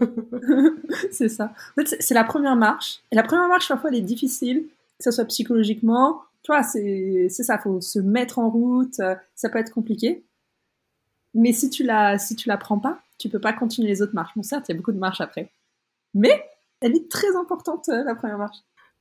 C'est ça. En fait, c'est la première marche. Et la première marche, parfois, elle est difficile, que ce soit psychologiquement. Tu vois, c'est ça, faut se mettre en route. Ça peut être compliqué. Mais si tu la prends pas, tu peux pas continuer les autres marches. Bon, certes, il y a beaucoup de marches après. Mais elle est très importante, la première marche.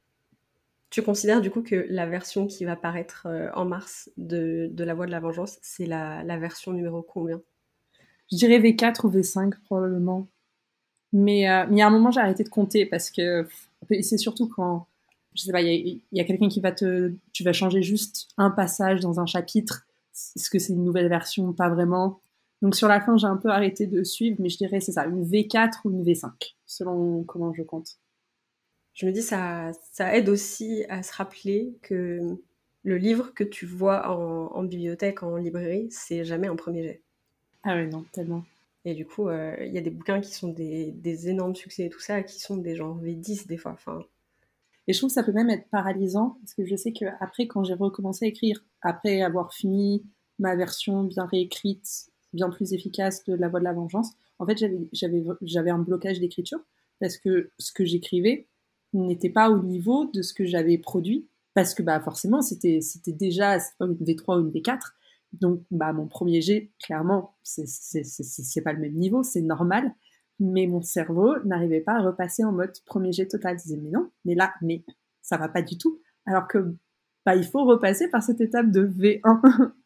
Tu considères du coup que la version qui va paraître, en mars de La Voix de la Vengeance, c'est la version numéro combien? Je dirais V4 ou V5, probablement. Mais il y a un moment, j'ai arrêté de compter parce que c'est surtout quand, je sais pas, il y a quelqu'un qui va tu vas changer juste un passage dans un chapitre. Est-ce que c'est une nouvelle version? Pas vraiment. Donc sur la fin, j'ai un peu arrêté de suivre, mais je dirais c'est ça, une V4 ou une V5, selon comment je compte. Je me dis ça aide aussi à se rappeler que le livre que tu vois en bibliothèque, en librairie, c'est jamais un premier jet. Ah ouais, non, tellement. Et du coup, il y a des bouquins qui sont des énormes succès et tout ça, qui sont des genres V10 des fois. Enfin, Et je trouve que ça peut même être paralysant, parce que je sais que après, quand j'ai recommencé à écrire, après avoir fini ma version bien réécrite, bien plus efficace de La Voix de la Vengeance, en fait, j'avais un blocage d'écriture, parce que ce que j'écrivais n'était pas au niveau de ce que j'avais produit, parce que bah forcément, c'était déjà pas une V3 ou une V4, donc bah mon premier jet, clairement, c'est pas le même niveau, c'est normal, mais mon cerveau n'arrivait pas à repasser en mode premier jet total. Il disait, mais non, mais là, mais ça va pas du tout. Alors que, bah, il faut repasser par cette étape de V1.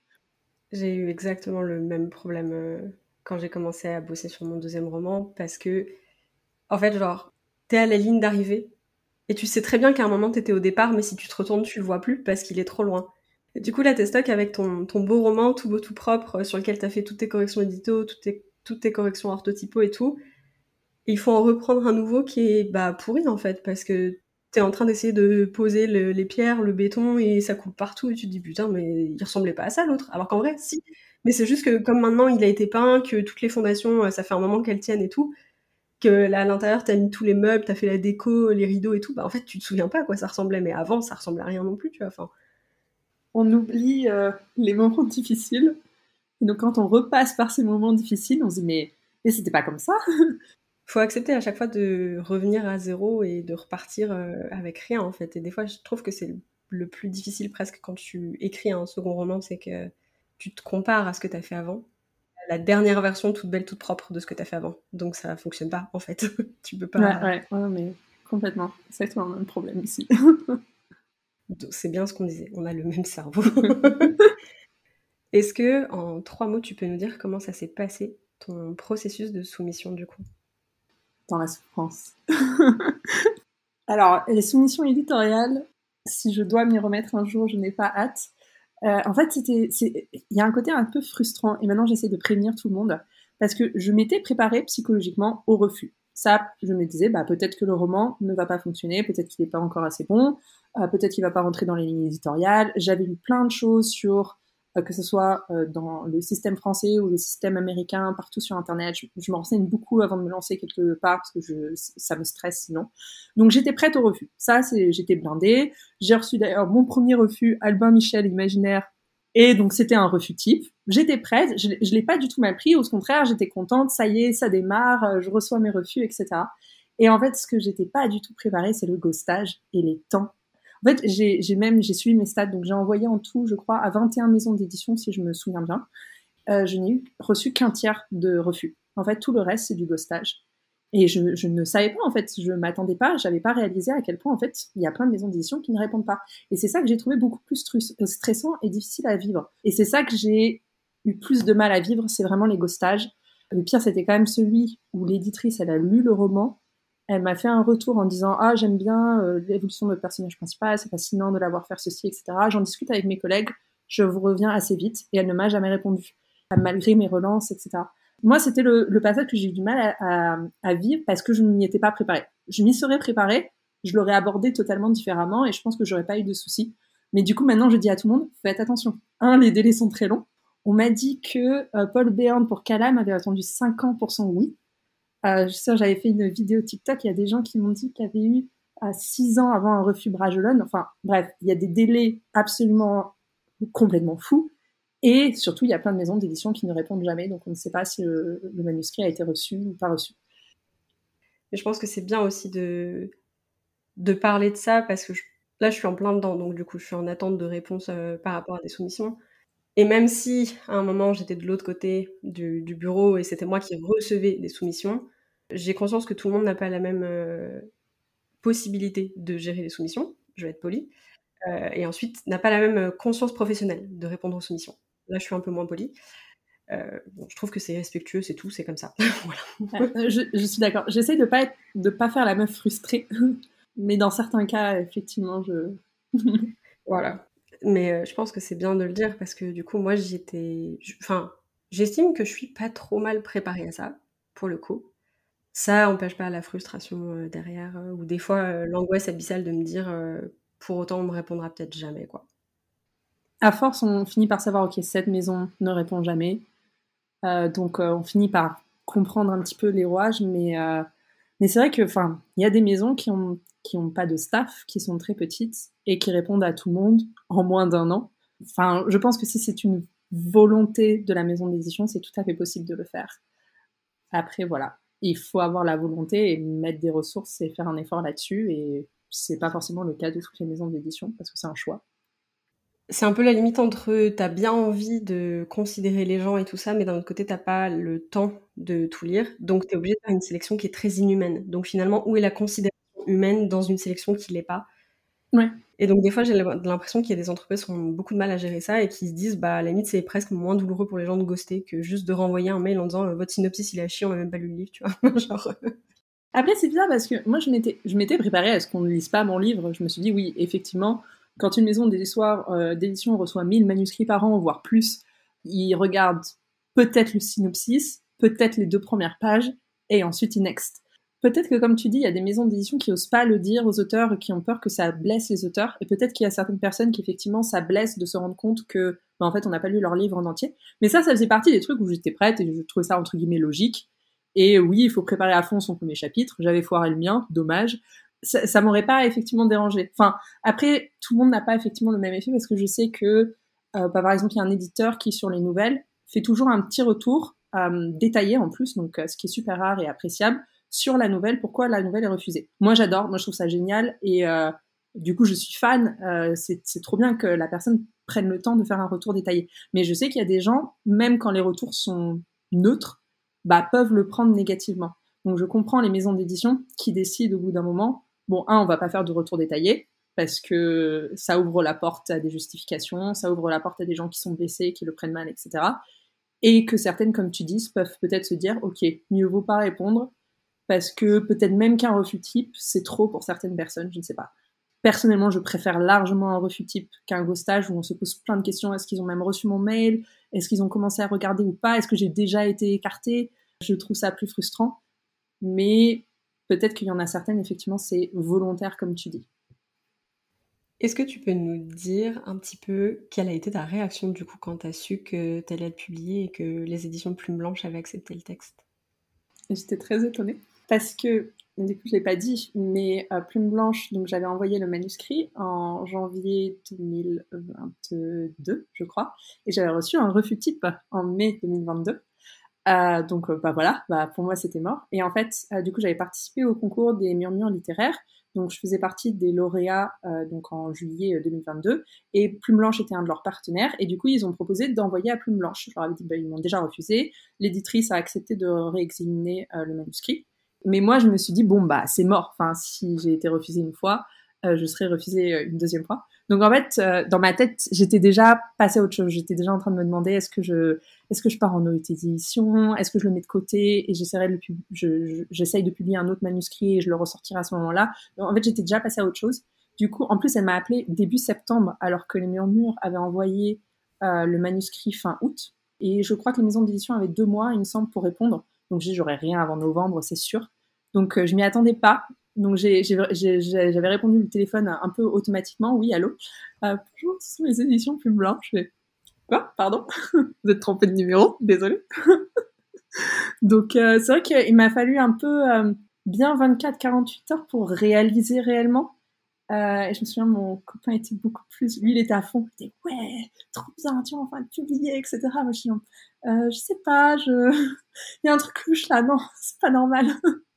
j'ai eu exactement le même problème quand j'ai commencé à bosser sur mon deuxième roman, parce que, en fait, genre, t'es à la ligne d'arrivée, et tu sais très bien qu'à un moment t'étais au départ, mais si tu te retournes, tu le vois plus parce qu'il est trop loin. Et du coup, là, t'es stock avec ton beau roman, tout beau, tout propre, sur lequel t'as fait toutes tes corrections édito, toutes tes corrections orthotypo et tout. Et il faut en reprendre un nouveau qui est bah, pourri, en fait, parce que t'es en train d'essayer de poser les pierres, le béton, et ça coule partout, et tu te dis, putain, mais il ressemblait pas à ça, l'autre. Alors qu'en vrai, si. Mais c'est juste que comme maintenant il a été peint, que toutes les fondations, ça fait un moment qu'elles tiennent et tout, que là, à l'intérieur, t'as mis tous les meubles, t'as fait la déco, les rideaux et tout, bah en fait, tu te souviens pas à quoi ça ressemblait, mais avant, ça ressemblait à rien non plus, tu vois. Enfin, On oublie les moments difficiles. Et donc, quand on repasse par ces moments difficiles, on se dit, mais c'était pas comme ça. faut accepter à chaque fois de revenir à zéro et de repartir avec rien, en fait. Et des fois, je trouve que c'est le plus difficile presque quand tu écris un second roman, c'est que tu te compares à ce que t'as fait avant. La dernière version toute belle, toute propre de ce que t'as fait avant. Donc ça fonctionne pas, en fait. Tu peux Ouais, pas. ouais, mais complètement. C'est exactement le même problème ici. C'est bien ce qu'on disait, on a le même cerveau. Est-ce que, en 3 mots, tu peux nous dire comment ça s'est passé, ton processus de soumission, du coup? Dans la souffrance. Alors, les soumissions éditoriales, si je dois m'y remettre un jour, je n'ai pas hâte. En fait, il y a un côté un peu frustrant, et maintenant j'essaie de prévenir tout le monde, parce que je m'étais préparée psychologiquement au refus. Ça, je me disais, bah, peut-être que le roman ne va pas fonctionner, peut-être qu'il n'est pas encore assez bon, peut-être qu'il va pas rentrer dans les lignes éditoriales. J'avais lu plein de choses sur, que ce soit dans le système français ou le système américain, partout sur Internet. Je me renseigne beaucoup avant de me lancer quelque part, parce que ça me stresse sinon. Donc j'étais prête au refus. Ça, j'étais blindée. J'ai reçu d'ailleurs mon premier refus, Albin Michel Imaginaire, et donc c'était un refus type. J'étais prête, je l'ai pas du tout mal pris, au contraire, j'étais contente, ça y est, ça démarre, je reçois mes refus, etc. Et en fait, ce que j'étais pas du tout préparée, c'est le ghostage et les temps. En fait, j'ai suivi mes stats, donc j'ai envoyé en tout, je crois, à 21 maisons d'édition, si je me souviens bien. Je n'ai reçu qu'un tiers de refus. En fait, tout le reste, c'est du ghostage. Et je ne savais pas, en fait, je m'attendais pas, j'avais pas réalisé à quel point, en fait, il y a plein de maisons d'édition qui ne répondent pas. Et c'est ça que j'ai trouvé beaucoup plus stressant et difficile à vivre. Et c'est ça que j'ai eu plus de mal à vivre, c'est vraiment les ghostages. Le pire, c'était quand même celui où l'éditrice, elle a lu le roman, elle m'a fait un retour en disant « Ah, j'aime bien l'évolution de notre personnage principal, c'est fascinant de l'avoir fait ceci, etc. » J'en discute avec mes collègues, je vous reviens assez vite, et elle ne m'a jamais répondu, malgré mes relances, etc. Moi, c'était le passage que j'ai eu du mal à vivre parce que je ne m'y étais pas préparée. Je m'y serais préparée, je l'aurais abordé totalement différemment et je pense que j'aurais pas eu de soucis. Mais du coup, maintenant, je dis à tout le monde, faites attention. Un, les délais sont très longs. On m'a dit que Paul Béarn pour Calam avait attendu 5 ans pour son oui. Je sais, j'avais fait une vidéo TikTok, il y a des gens qui m'ont dit qu'il y avait eu à 6 ans avant un refus Bragelonne. Enfin, bref, il y a des délais absolument complètement fous. Et surtout, il y a plein de maisons d'édition qui ne répondent jamais, donc on ne sait pas si le manuscrit a été reçu ou pas reçu. Mais je pense que c'est bien aussi de parler de ça, parce que là, je suis en plein dedans, donc du coup, je suis en attente de réponse par rapport à des soumissions. Et même si, à un moment, j'étais de l'autre côté du bureau et c'était moi qui recevais des soumissions, j'ai conscience que tout le monde n'a pas la même possibilité de gérer les soumissions, je vais être polie, et ensuite n'a pas la même conscience professionnelle de répondre aux soumissions. Là, je suis un peu moins polie. Bon, je trouve que c'est respectueux, c'est tout, c'est comme ça. Voilà. Je suis d'accord. J'essaie de pas faire la meuf frustrée, mais dans certains cas, effectivement, Voilà. Mais je pense que c'est bien de le dire parce que du coup, moi, enfin, j'estime que je suis pas trop mal préparée à ça, pour le coup. Ça empêche pas la frustration derrière, ou des fois l'angoisse abyssale de me dire pour autant on me répondra peut-être jamais, quoi. À force, on finit par savoir, ok, cette maison ne répond jamais. Donc, on finit par comprendre un petit peu les rouages, mais c'est vrai que, enfin, il y a des maisons qui ont pas de staff, qui sont très petites et qui répondent à tout le monde en moins d'1 an. Enfin, je pense que si c'est une volonté de la maison d'édition, c'est tout à fait possible de le faire. Après, voilà, il faut avoir la volonté et mettre des ressources et faire un effort là-dessus. Et c'est pas forcément le cas de toutes les maisons d'édition parce que c'est un choix. C'est un peu la limite entre t'as bien envie de considérer les gens et tout ça, mais d'un autre côté t'as pas le temps de tout lire, donc t'es obligé de faire une sélection qui est très inhumaine. Donc finalement, où est la considération humaine dans une sélection qui l'est pas? Ouais. Et donc des fois j'ai l'impression qu'il y a des entreprises qui ont beaucoup de mal à gérer ça et qui se disent bah à la limite c'est presque moins douloureux pour les gens de ghoster que juste de renvoyer un mail en disant votre synopsis il est à chier, on a même pas lu le livre, tu vois. Genre, Après, c'est bizarre parce que moi, je m'étais préparée à ce qu'on ne lise pas mon livre. Je me suis dit, oui, effectivement, quand une maison d'édition reçoit 1000 manuscrits par an, voire plus, ils regardent peut-être le synopsis, peut-être les 2 premières pages, et ensuite ils next. Peut-être que, comme tu dis, il y a des maisons d'édition qui osent pas le dire aux auteurs, qui ont peur que ça blesse les auteurs, et peut-être qu'il y a certaines personnes qui, effectivement, ça blesse de se rendre compte que, bah, en fait, on n'a pas lu leur livre en entier. Mais ça faisait partie des trucs où j'étais prête, et je trouvais ça, entre guillemets, logique. Et oui, il faut préparer à fond son premier chapitre. J'avais foiré le mien, dommage. Ça m'aurait pas effectivement dérangé. Enfin, après, tout le monde n'a pas effectivement le même effet parce que je sais que, par exemple, il y a un éditeur qui, sur les nouvelles, fait toujours un petit retour détaillé en plus, donc ce qui est super rare et appréciable, sur la nouvelle, pourquoi la nouvelle est refusée. Moi, j'adore, moi je trouve ça génial et du coup, je suis fan. C'est trop bien que la personne prenne le temps de faire un retour détaillé. Mais je sais qu'il y a des gens, même quand les retours sont neutres, bah, peuvent le prendre négativement. Donc je comprends les maisons d'édition qui décident au bout d'un moment, bon, on va pas faire de retour détaillé, parce que ça ouvre la porte à des justifications, ça ouvre la porte à des gens qui sont blessés, qui le prennent mal, etc. Et que certaines, comme tu dis, peuvent peut-être se dire, ok, mieux vaut pas répondre, parce que peut-être même qu'un refus type, c'est trop pour certaines personnes, je ne sais pas. Personnellement, je préfère largement un refus type qu'un ghostage où on se pose plein de questions. Est-ce qu'ils ont même reçu mon mail? Est-ce qu'ils ont commencé à regarder ou pas? Est-ce que j'ai déjà été écartée? Je trouve ça plus frustrant. Mais peut-être qu'il y en a certaines, effectivement, c'est volontaire, comme tu dis. est-ce que tu peux nous dire un petit peu quelle a été ta réaction du coup quand t'as su que t'allais être publiée et que les éditions de Plume Blanche avaient accepté le texte? J'étais très étonnée parce que, du coup, je l'ai pas dit, mais Plume Blanche, donc j'avais envoyé le manuscrit en janvier 2022, je crois, et j'avais reçu un refus type en mai 2022. Donc bah voilà, bah pour moi c'était mort. Et en fait, du coup j'avais participé au concours des murmures littéraires, donc je faisais partie des lauréats donc en juillet 2022, et Plume Blanche était un de leurs partenaires, et du coup ils ont proposé d'envoyer à Plume Blanche. Je leur avais dit bah ils m'ont déjà refusé, l'éditrice a accepté de réexaminer le manuscrit, mais moi je me suis dit bon bah c'est mort. Enfin si j'ai été refusée une fois, je serais refusée une deuxième fois. Donc en fait, dans ma tête, j'étais déjà passée à autre chose. J'étais déjà en train de me demander est-ce que je pars en auto-édition, est-ce que je le mets de côté et j'essaye de publier un autre manuscrit et je le ressortirai à ce moment-là. Donc en fait, j'étais déjà passée à autre chose. Du coup, en plus, elle m'a appelée début septembre alors que les Murmures avaient envoyé le manuscrit fin août. Et je crois que les maisons d'édition avaient 2 mois, il me semble, pour répondre. Donc j'ai dit j'aurai rien avant novembre, c'est sûr. Donc je m'y attendais pas. Donc j'avais répondu le téléphone un peu automatiquement, oui, allô. Bonjour, ce sont les éditions Plume Blanche. Quoi? Pardon? Vous êtes trompé de numéro? Désolée. Donc c'est vrai qu'il m'a fallu un peu bien 24-48 heures pour réaliser réellement. Et je me souviens, mon copain était beaucoup plus... Lui, il était à fond. Il était « Ouais, trop bien, tu vas enfin te publier, etc. » Moi, je suis je sais pas, il y a un truc louche là, non, c'est pas normal.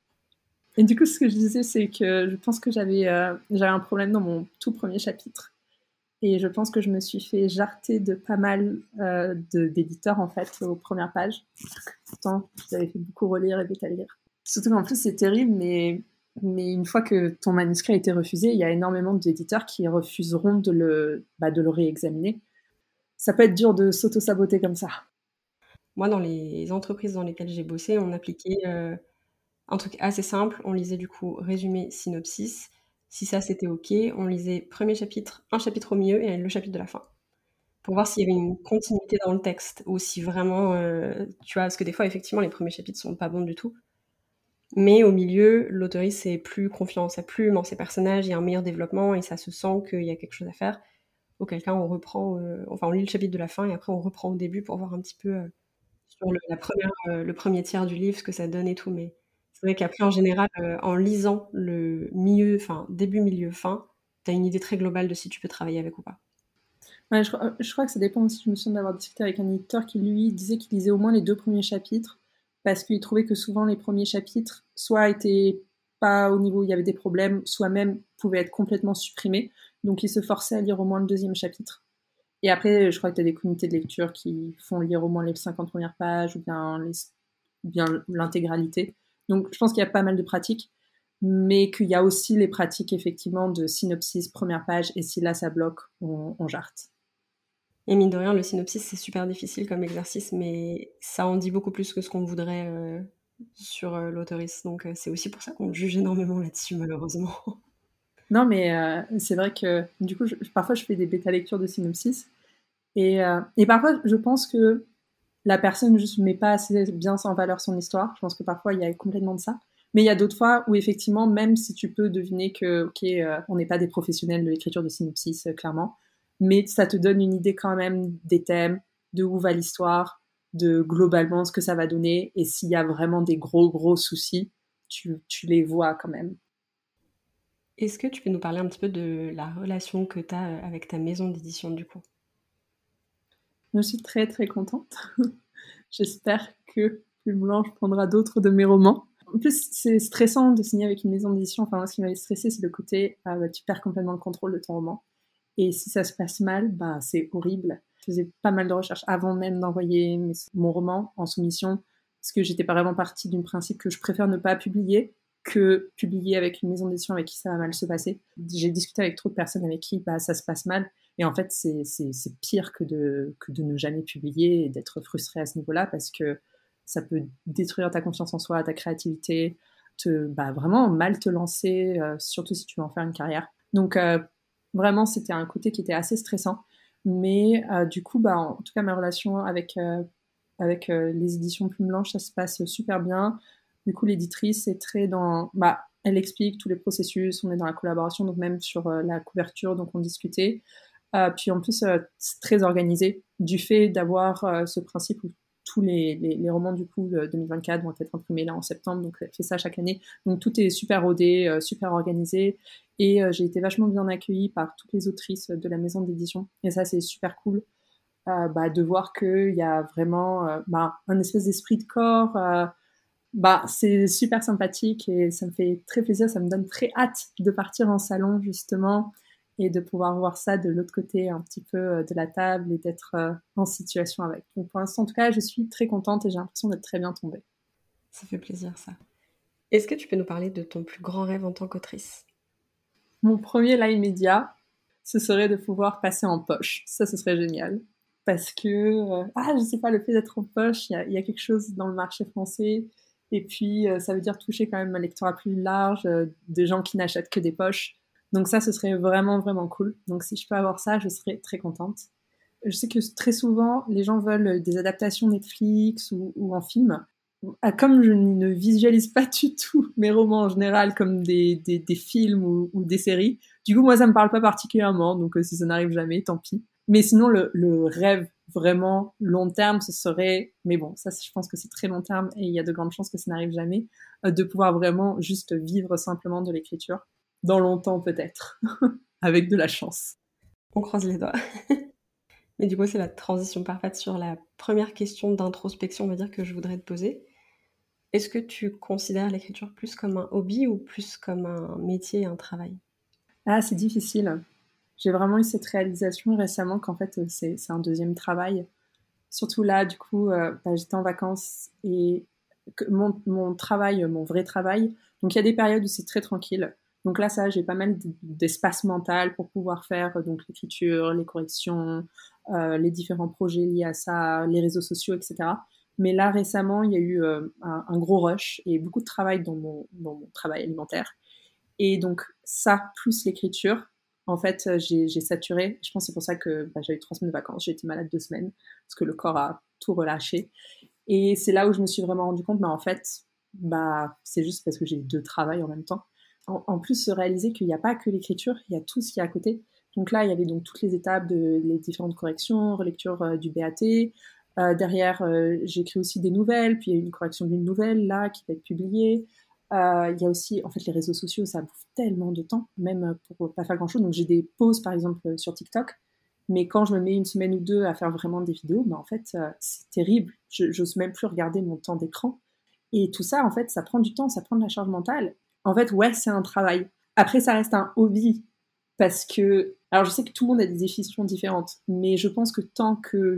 Et du coup, ce que je disais, c'est que je pense que j'avais un problème dans mon tout premier chapitre. Et je pense que je me suis fait jarter de pas mal d'éditeurs, en fait, aux premières pages. Pourtant, j'avais fait beaucoup relire et bêta lire. Surtout qu'en plus, c'est terrible, mais une fois que ton manuscrit a été refusé, il y a énormément d'éditeurs qui refuseront de le réexaminer. Ça peut être dur de s'auto-saboter comme ça. Moi, dans les entreprises dans lesquelles j'ai bossé, on appliquait un truc assez simple. On lisait du coup résumé, synopsis. Si ça, c'était OK, on lisait premier chapitre, un chapitre au milieu et le chapitre de la fin. Pour voir s'il y avait une continuité dans le texte ou si vraiment, tu vois, parce que des fois, effectivement, les premiers chapitres sont pas bons du tout. Mais au milieu, l'auteuriste est plus confiant en sa plume, en ses personnages, il y a un meilleur développement et ça se sent qu'il y a quelque chose à faire. Auquel cas, on reprend, enfin, on lit le chapitre de la fin et après, on reprend au début pour voir un petit peu sur le premier tiers du livre ce que ça donne et tout. Mais c'est vrai qu'après, en général, en lisant le milieu, enfin, début, milieu, fin, t'as une idée très globale de si tu peux travailler avec ou pas. Ouais, je crois que ça dépend aussi. Je me souviens d'avoir discuté avec un éditeur qui, lui, disait qu'il lisait au moins les 2 premiers chapitres parce qu'il trouvait que souvent les premiers chapitres soit étaient pas au niveau où il y avait des problèmes, soit même pouvaient être complètement supprimés. Donc il se forçait à lire au moins le 2e chapitre. Et après, je crois que tu as des comités de lecture qui font lire au moins les 50 premières pages ou bien l'intégralité. Donc je pense qu'il y a pas mal de pratiques, mais qu'il y a aussi les pratiques effectivement de synopsis, première page, et si là ça bloque, on jarte. Et mine de rien, le synopsis, c'est super difficile comme exercice, mais ça en dit beaucoup plus que ce qu'on voudrait sur l'auteuriste. Donc c'est aussi pour ça qu'on juge énormément là-dessus, malheureusement. Non, mais c'est vrai que du coup, parfois je fais des bêta-lectures de synopsis, et parfois je pense que la personne juste met pas assez bien en valeur son histoire. Je pense que parfois il y a complètement de ça. Mais il y a d'autres fois où effectivement, même si tu peux deviner que, ok, on n'est pas des professionnels de l'écriture de synopsis, clairement, mais ça te donne une idée quand même des thèmes, de où va l'histoire, de globalement ce que ça va donner, et s'il y a vraiment des gros soucis, tu les vois quand même. Est-ce que tu peux nous parler un petit peu de la relation que tu as avec ta maison d'édition du coup? Je suis très contente. J'espère que Plume Blanche prendra d'autres de mes romans. En plus, c'est stressant de signer avec une maison d'édition. Enfin, moi, ce qui m'avait stressé, c'est le côté, tu perds complètement le contrôle de ton roman. Et si ça se passe mal, bah, c'est horrible. Je faisais pas mal de recherches avant même d'envoyer mon roman en soumission, parce que j'étais pas vraiment partie du principe que je préfère ne pas publier que publier avec une maison d'édition avec qui ça va mal se passer. J'ai discuté avec trop de personnes avec qui bah, ça se passe mal, et en fait, c'est pire que de ne jamais publier et d'être frustré à ce niveau-là, parce que ça peut détruire ta confiance en soi, ta créativité, vraiment mal te lancer, surtout si tu veux en faire une carrière. Donc, vraiment, c'était un côté qui était assez stressant. Mais du coup, bah, en tout cas, ma relation avec les éditions Plume Blanche, ça se passe super bien. Du coup, l'éditrice est très dans... Bah, elle explique tous les processus, on est dans la collaboration, donc même sur la couverture, donc on discutait. Puis en plus, c'est très organisé du fait d'avoir ce principe où tous les romans du coup de 2024 vont être imprimés là en septembre, donc elle fait ça chaque année. Donc tout est super rodé, super organisé, et j'ai été vachement bien accueillie par toutes les autrices de la maison d'édition, et ça c'est super cool de voir qu'il y a vraiment un espèce d'esprit de corps. C'est super sympathique et ça me fait très plaisir, ça me donne très hâte de partir en salon justement et de pouvoir voir ça de l'autre côté un petit peu de la table et d'être en situation avec. Donc pour l'instant en tout cas je suis très contente et j'ai l'impression d'être très bien tombée. Ça fait plaisir ça. Est-ce que tu peux nous parler de ton plus grand rêve en tant qu'autrice? Mon premier là immédiat, ce serait de pouvoir passer en poche. Ça, ce serait génial. Parce que, je sais pas, le fait d'être en poche, il y a quelque chose dans le marché français. Et puis, ça veut dire toucher quand même un lectorat plus large, de gens qui n'achètent que des poches. Donc ça, ce serait vraiment cool. Donc si je peux avoir ça, je serais très contente. Je sais que très souvent, les gens veulent des adaptations Netflix ou en film. Comme je ne visualise pas du tout mes romans en général comme des films ou des séries, du coup, moi, ça me parle pas particulièrement. Donc si ça n'arrive jamais, tant pis. Mais sinon, le rêve vraiment long terme, ce serait, mais bon, ça, je pense que c'est très long terme et il y a de grandes chances que ça n'arrive jamais, de pouvoir vraiment juste vivre simplement de l'écriture, dans longtemps peut-être, avec de la chance. On croise les doigts. Mais du coup, c'est la transition parfaite sur la première question d'introspection, on va dire, que je voudrais te poser. Est-ce que tu considères l'écriture plus comme un hobby ou plus comme un métier, un travail? Ah, c'est difficile. J'ai vraiment eu cette réalisation récemment qu'en fait, c'est un deuxième travail. Surtout là, du coup, j'étais en vacances et mon travail, mon vrai travail, donc il y a des périodes où c'est très tranquille. Donc là, ça, j'ai pas mal d'espace mental pour pouvoir faire donc l'écriture, les corrections, les différents projets liés à ça, les réseaux sociaux, etc. Mais là, récemment, il y a eu un gros rush et beaucoup de travail dans mon travail alimentaire. Et donc ça, plus l'écriture, en fait, j'ai saturé. Je pense que c'est pour ça que j'ai eu 3 semaines de vacances. J'ai été malade 2 semaines parce que le corps a tout relâché. Et c'est là où je me suis vraiment rendu compte, en fait, c'est juste parce que j'ai 2 travails en même temps. En plus, se réaliser qu'il n'y a pas que l'écriture, il y a tout ce qui est à côté. Donc là, il y avait donc toutes les étapes de les différentes corrections, relecture du BAT. Derrière, j'écris aussi des nouvelles, puis il y a une correction d'une nouvelle là qui va être publiée. Il y a aussi, en fait, les réseaux sociaux, ça bouffe tellement de temps, même pour pas faire grand-chose. Donc j'ai des pauses, par exemple, sur TikTok. Mais quand je me mets une semaine ou deux à faire vraiment des vidéos, en fait, c'est terrible. J'ose même plus regarder mon temps d'écran. Et tout ça, en fait, ça prend du temps, ça prend de la charge mentale. En fait, ouais, c'est un travail. Après, ça reste un hobby. Parce que, alors je sais que tout le monde a des définitions différentes, mais je pense que tant que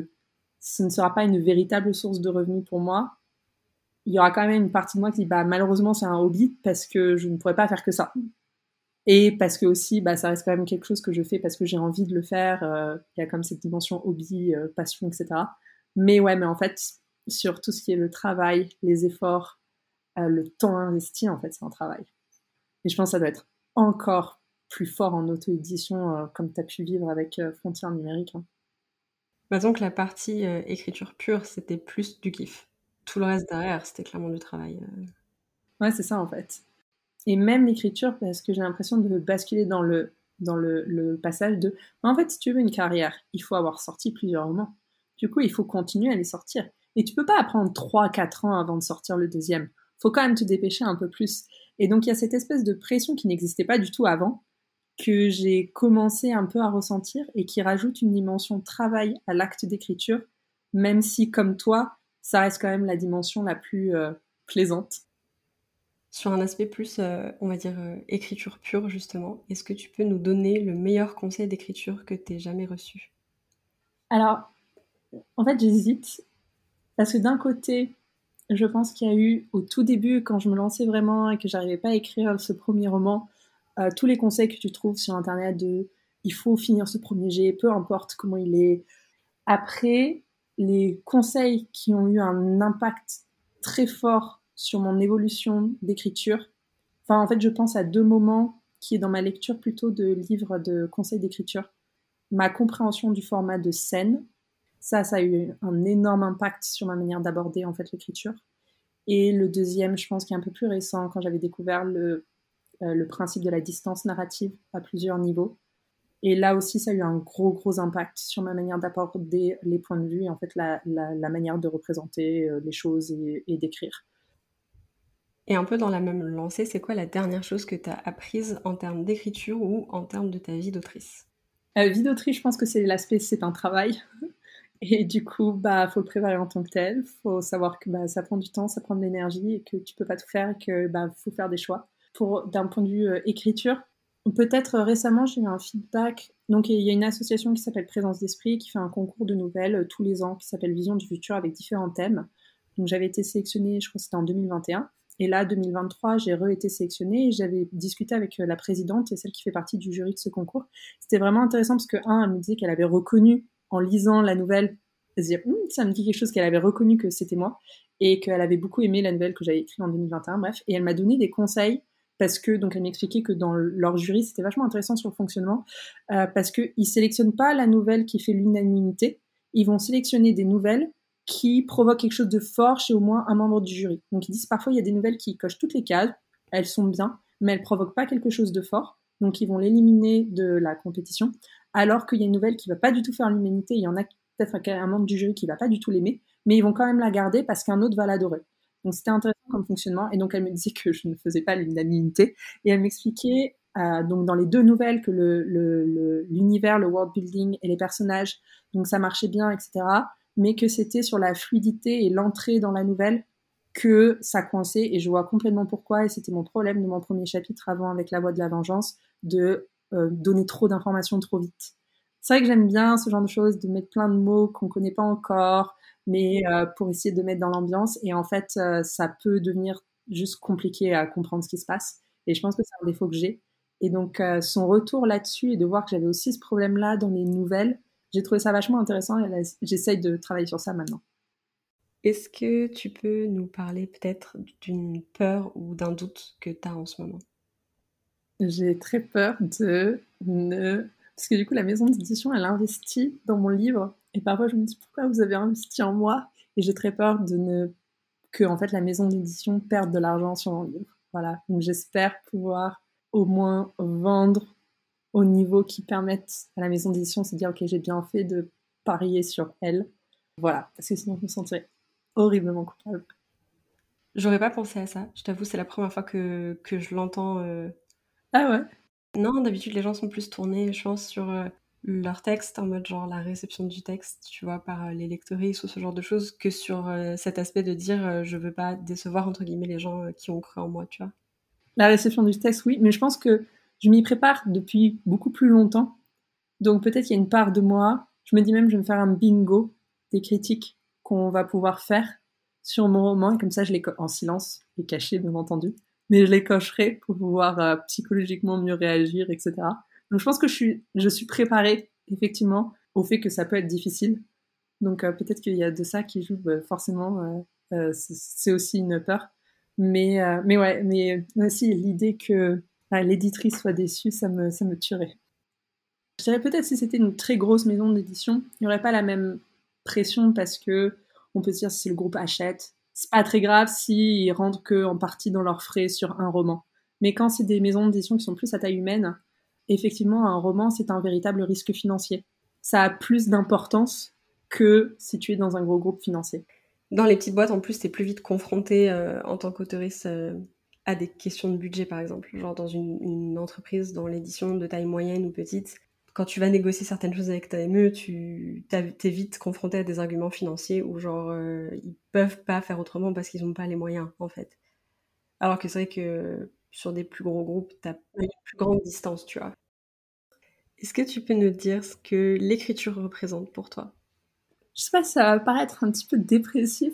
ce ne sera pas une véritable source de revenus pour moi, il y aura quand même une partie de moi qui dit, malheureusement, c'est un hobby parce que je ne pourrais pas faire que ça. Et parce que aussi, ça reste quand même quelque chose que je fais parce que j'ai envie de le faire. Il y a comme cette dimension hobby, passion, etc. Mais ouais, mais en fait, sur tout ce qui est le travail, les efforts, le temps investi, en fait, c'est un travail. Et je pense que ça doit être encore plus fort en auto-édition, comme tu as pu vivre avec Frontières numériques. Hein. Donc la partie écriture pure, c'était plus du kiff. Tout le reste derrière, c'était clairement du travail. Ouais, c'est ça en fait. Et même l'écriture, parce que j'ai l'impression de basculer dans le passage de en fait, si tu veux une carrière, il faut avoir sorti plusieurs romans. Du coup, il faut continuer à les sortir. Et tu peux pas apprendre 3-4 ans avant de sortir le deuxième. Faut quand même te dépêcher un peu plus. Et donc, il y a cette espèce de pression qui n'existait pas du tout avant, que j'ai commencé un peu à ressentir et qui rajoute une dimension travail à l'acte d'écriture, même si, comme toi, ça reste quand même la dimension la plus plaisante. Sur un aspect plus, on va dire, écriture pure justement, est-ce que tu peux nous donner le meilleur conseil d'écriture que tu aies jamais reçu? Alors, en fait, j'hésite parce que d'un côté, je pense qu'il y a eu au tout début, quand je me lançais vraiment et que j'arrivais pas à écrire ce premier roman, tous les conseils que tu trouves sur internet de il faut finir ce premier jet, peu importe comment il est. Après, les conseils qui ont eu un impact très fort sur mon évolution d'écriture, enfin en fait je pense à 2 moments qui est dans ma lecture plutôt de livres de conseils d'écriture. Ma compréhension du format de scène, ça a eu un énorme impact sur ma manière d'aborder en fait l'écriture. Et le deuxième, je pense, qui est un peu plus récent, quand j'avais découvert le principe de la distance narrative à plusieurs niveaux. Et là aussi, ça a eu un gros impact sur ma manière d'aborder les points de vue et en fait la manière de représenter les choses et d'écrire. Et un peu dans la même lancée, c'est quoi la dernière chose que tu as apprise en termes d'écriture ou en termes de ta vie d'autrice? Vie d'autrice, je pense que c'est l'aspect, c'est un travail. Et du coup, faut le préparer en tant que tel. Faut savoir que ça prend du temps, ça prend de l'énergie et que tu peux pas tout faire et que faut faire des choix. D'un point de vue écriture, peut-être récemment j'ai eu un feedback. Donc il y a une association qui s'appelle Présence d'Esprit qui fait un concours de nouvelles tous les ans qui s'appelle Vision du futur avec différents thèmes. Donc j'avais été sélectionnée, je crois que c'était en 2021. Et là, 2023, j'ai re-été sélectionnée et j'avais discuté avec la présidente et celle qui fait partie du jury de ce concours. C'était vraiment intéressant parce que, elle me disait qu'elle avait reconnu en lisant la nouvelle, se dire ça me dit quelque chose, qu'elle avait reconnu que c'était moi et qu'elle avait beaucoup aimé la nouvelle que j'avais écrite en 2021, bref. Et elle m'a donné des conseils parce que, donc elle m'expliquait que dans leur jury, c'était vachement intéressant sur le fonctionnement parce qu'ils sélectionnent pas la nouvelle qui fait l'unanimité, ils vont sélectionner des nouvelles qui provoquent quelque chose de fort chez au moins un membre du jury. Donc ils disent parfois il y a des nouvelles qui cochent toutes les cases, elles sont bien, mais elles provoquent pas quelque chose de fort, donc ils vont l'éliminer de la compétition. alors qu'il y a une nouvelle qui va pas du tout faire l'humanité, il y en a peut-être un membre du jury qui va pas du tout l'aimer, mais ils vont quand même la garder parce qu'un autre va l'adorer. Donc c'était intéressant comme fonctionnement, et donc elle me disait que je ne faisais pas l'unanimité, et elle m'expliquait donc dans les 2 nouvelles que l'univers, le world building et les personnages, donc ça marchait bien, etc., mais que c'était sur la fluidité et l'entrée dans la nouvelle que ça coinçait, et je vois complètement pourquoi, et c'était mon problème de mon premier chapitre avant avec La Voix de la Vengeance, de donner trop d'informations trop vite. C'est vrai que j'aime bien ce genre de choses, de mettre plein de mots qu'on connaît pas encore, mais pour essayer de mettre dans l'ambiance, et en fait ça peut devenir juste compliqué à comprendre ce qui se passe, et je pense que c'est un défaut que j'ai. Et donc son retour là-dessus, et de voir que j'avais aussi ce problème-là dans les nouvelles, j'ai trouvé ça vachement intéressant, et là, j'essaye de travailler sur ça maintenant. Est-ce que tu peux nous parler peut-être d'une peur ou d'un doute que tu as en ce moment? J'ai très peur de ne... Parce que du coup, la maison d'édition, elle investit dans mon livre. Et parfois, je me dis, pourquoi vous avez investi en moi? Et j'ai très peur de ne... que, en fait, la maison d'édition perde de l'argent sur mon livre. Voilà. Donc, j'espère pouvoir au moins vendre au niveau qui permette à la maison d'édition de se dire, OK, j'ai bien fait de parier sur elle. Voilà. Parce que sinon, je me sentirais horriblement coupable. J'aurais pas pensé à ça. Je t'avoue, c'est la première fois que je l'entends. Ah ouais? Non, d'habitude, les gens sont plus tournés, je pense, sur leur texte, en mode genre la réception du texte, tu vois, par les lectoristes ou ce genre de choses, que sur cet aspect de dire je veux pas décevoir, entre guillemets, les gens qui ont cru en moi, tu vois. La réception du texte, oui, mais je pense que je m'y prépare depuis beaucoup plus longtemps. Donc peut-être qu'il y a une part de moi, je me dis même je vais me faire un bingo des critiques qu'on va pouvoir faire sur mon roman, et comme ça je les en silence et caché bien entendu, mais je les cocherai pour pouvoir psychologiquement mieux réagir, etc. Donc je pense que je suis préparée effectivement au fait que ça peut être difficile. Donc peut-être qu'il y a de ça qui joue forcément, c'est aussi une peur. Mais ouais, mais aussi l'idée que l'éditrice soit déçue, ça me tuerait. Je dirais peut-être si c'était une très grosse maison d'édition, il n'y aurait pas la même pression, parce que on peut se dire si le groupe achète, c'est pas très grave s'ils rentrent que en partie dans leurs frais sur un roman. Mais quand c'est des maisons d'édition qui sont plus à taille humaine, effectivement, un roman, c'est un véritable risque financier. Ça a plus d'importance que si tu es dans un gros groupe financier. Dans les petites boîtes, en plus, t'es plus vite confronté en tant qu'auteuriste à des questions de budget, par exemple. Genre dans une entreprise, dans l'édition de taille moyenne ou petite, quand tu vas négocier certaines choses avec ta ME, t'es vite confronté à des arguments financiers où genre ils peuvent pas faire autrement parce qu'ils ont pas les moyens, en fait. Alors que c'est vrai que sur des plus gros groupes, t'as une plus grande distance, tu vois. Est-ce que tu peux nous dire ce que l'écriture représente pour toi? Je sais pas si ça va paraître un petit peu dépressif,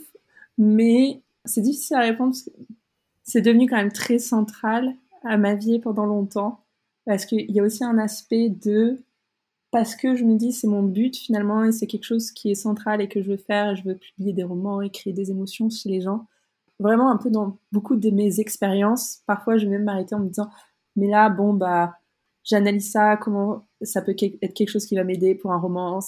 mais c'est difficile à répondre parce que c'est devenu quand même très central à ma vie pendant longtemps. Parce qu'il y a aussi un aspect de... Parce que je me dis c'est mon but finalement, et c'est quelque chose qui est central et que je veux faire, et je veux publier des romans et créer des émotions chez les gens. Vraiment un peu dans beaucoup de mes expériences, parfois je vais même m'arrêter en me disant mais là bon bah j'analyse ça, comment ça peut être quelque chose qui va m'aider pour un roman,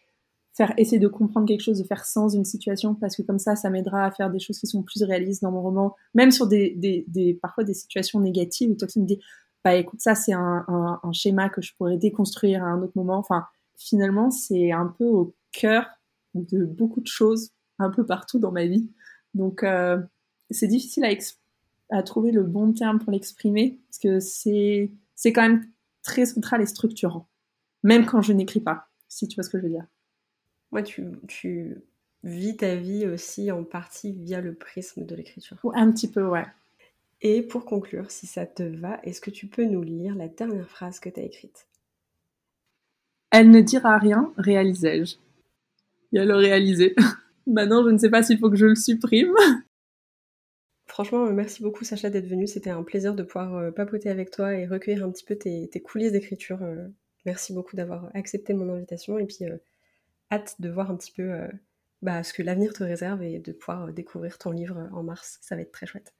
essayer de comprendre quelque chose, de faire sens d'une situation, parce que comme ça m'aidera à faire des choses qui sont plus réalistes dans mon roman, même sur parfois des situations négatives où toi tu me dis bah écoute, ça c'est un schéma que je pourrais déconstruire à un autre moment. Enfin, finalement, c'est un peu au cœur de beaucoup de choses, un peu partout dans ma vie. Donc, c'est difficile à trouver le bon terme pour l'exprimer, parce que c'est quand même très central et structurant, même quand je n'écris pas, si tu vois ce que je veux dire. Ouais, tu vis ta vie aussi en partie via le prisme de l'écriture. Un petit peu, ouais. Et pour conclure, si ça te va, est-ce que tu peux nous lire la dernière phrase que tu as écrite? Elle ne dira rien, réalisai-je. Et elle le réalisé. Maintenant, je ne sais pas s'il faut que je le supprime. Franchement, merci beaucoup Sacha d'être venue. C'était un plaisir de pouvoir papoter avec toi et recueillir un petit peu tes coulisses d'écriture. Merci beaucoup d'avoir accepté mon invitation, et puis hâte de voir un petit peu ce que l'avenir te réserve et de pouvoir découvrir ton livre en mars. Ça va être très chouette.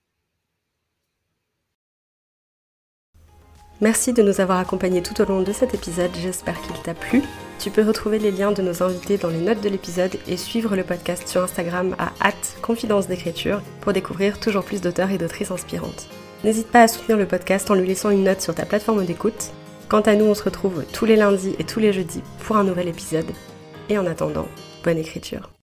Merci de nous avoir accompagnés tout au long de cet épisode, j'espère qu'il t'a plu. Tu peux retrouver les liens de nos invités dans les notes de l'épisode et suivre le podcast sur Instagram à @confidence d'écriture pour découvrir toujours plus d'auteurs et d'autrices inspirantes. N'hésite pas à soutenir le podcast en lui laissant une note sur ta plateforme d'écoute. Quant à nous, on se retrouve tous les lundis et tous les jeudis pour un nouvel épisode. Et en attendant, bonne écriture.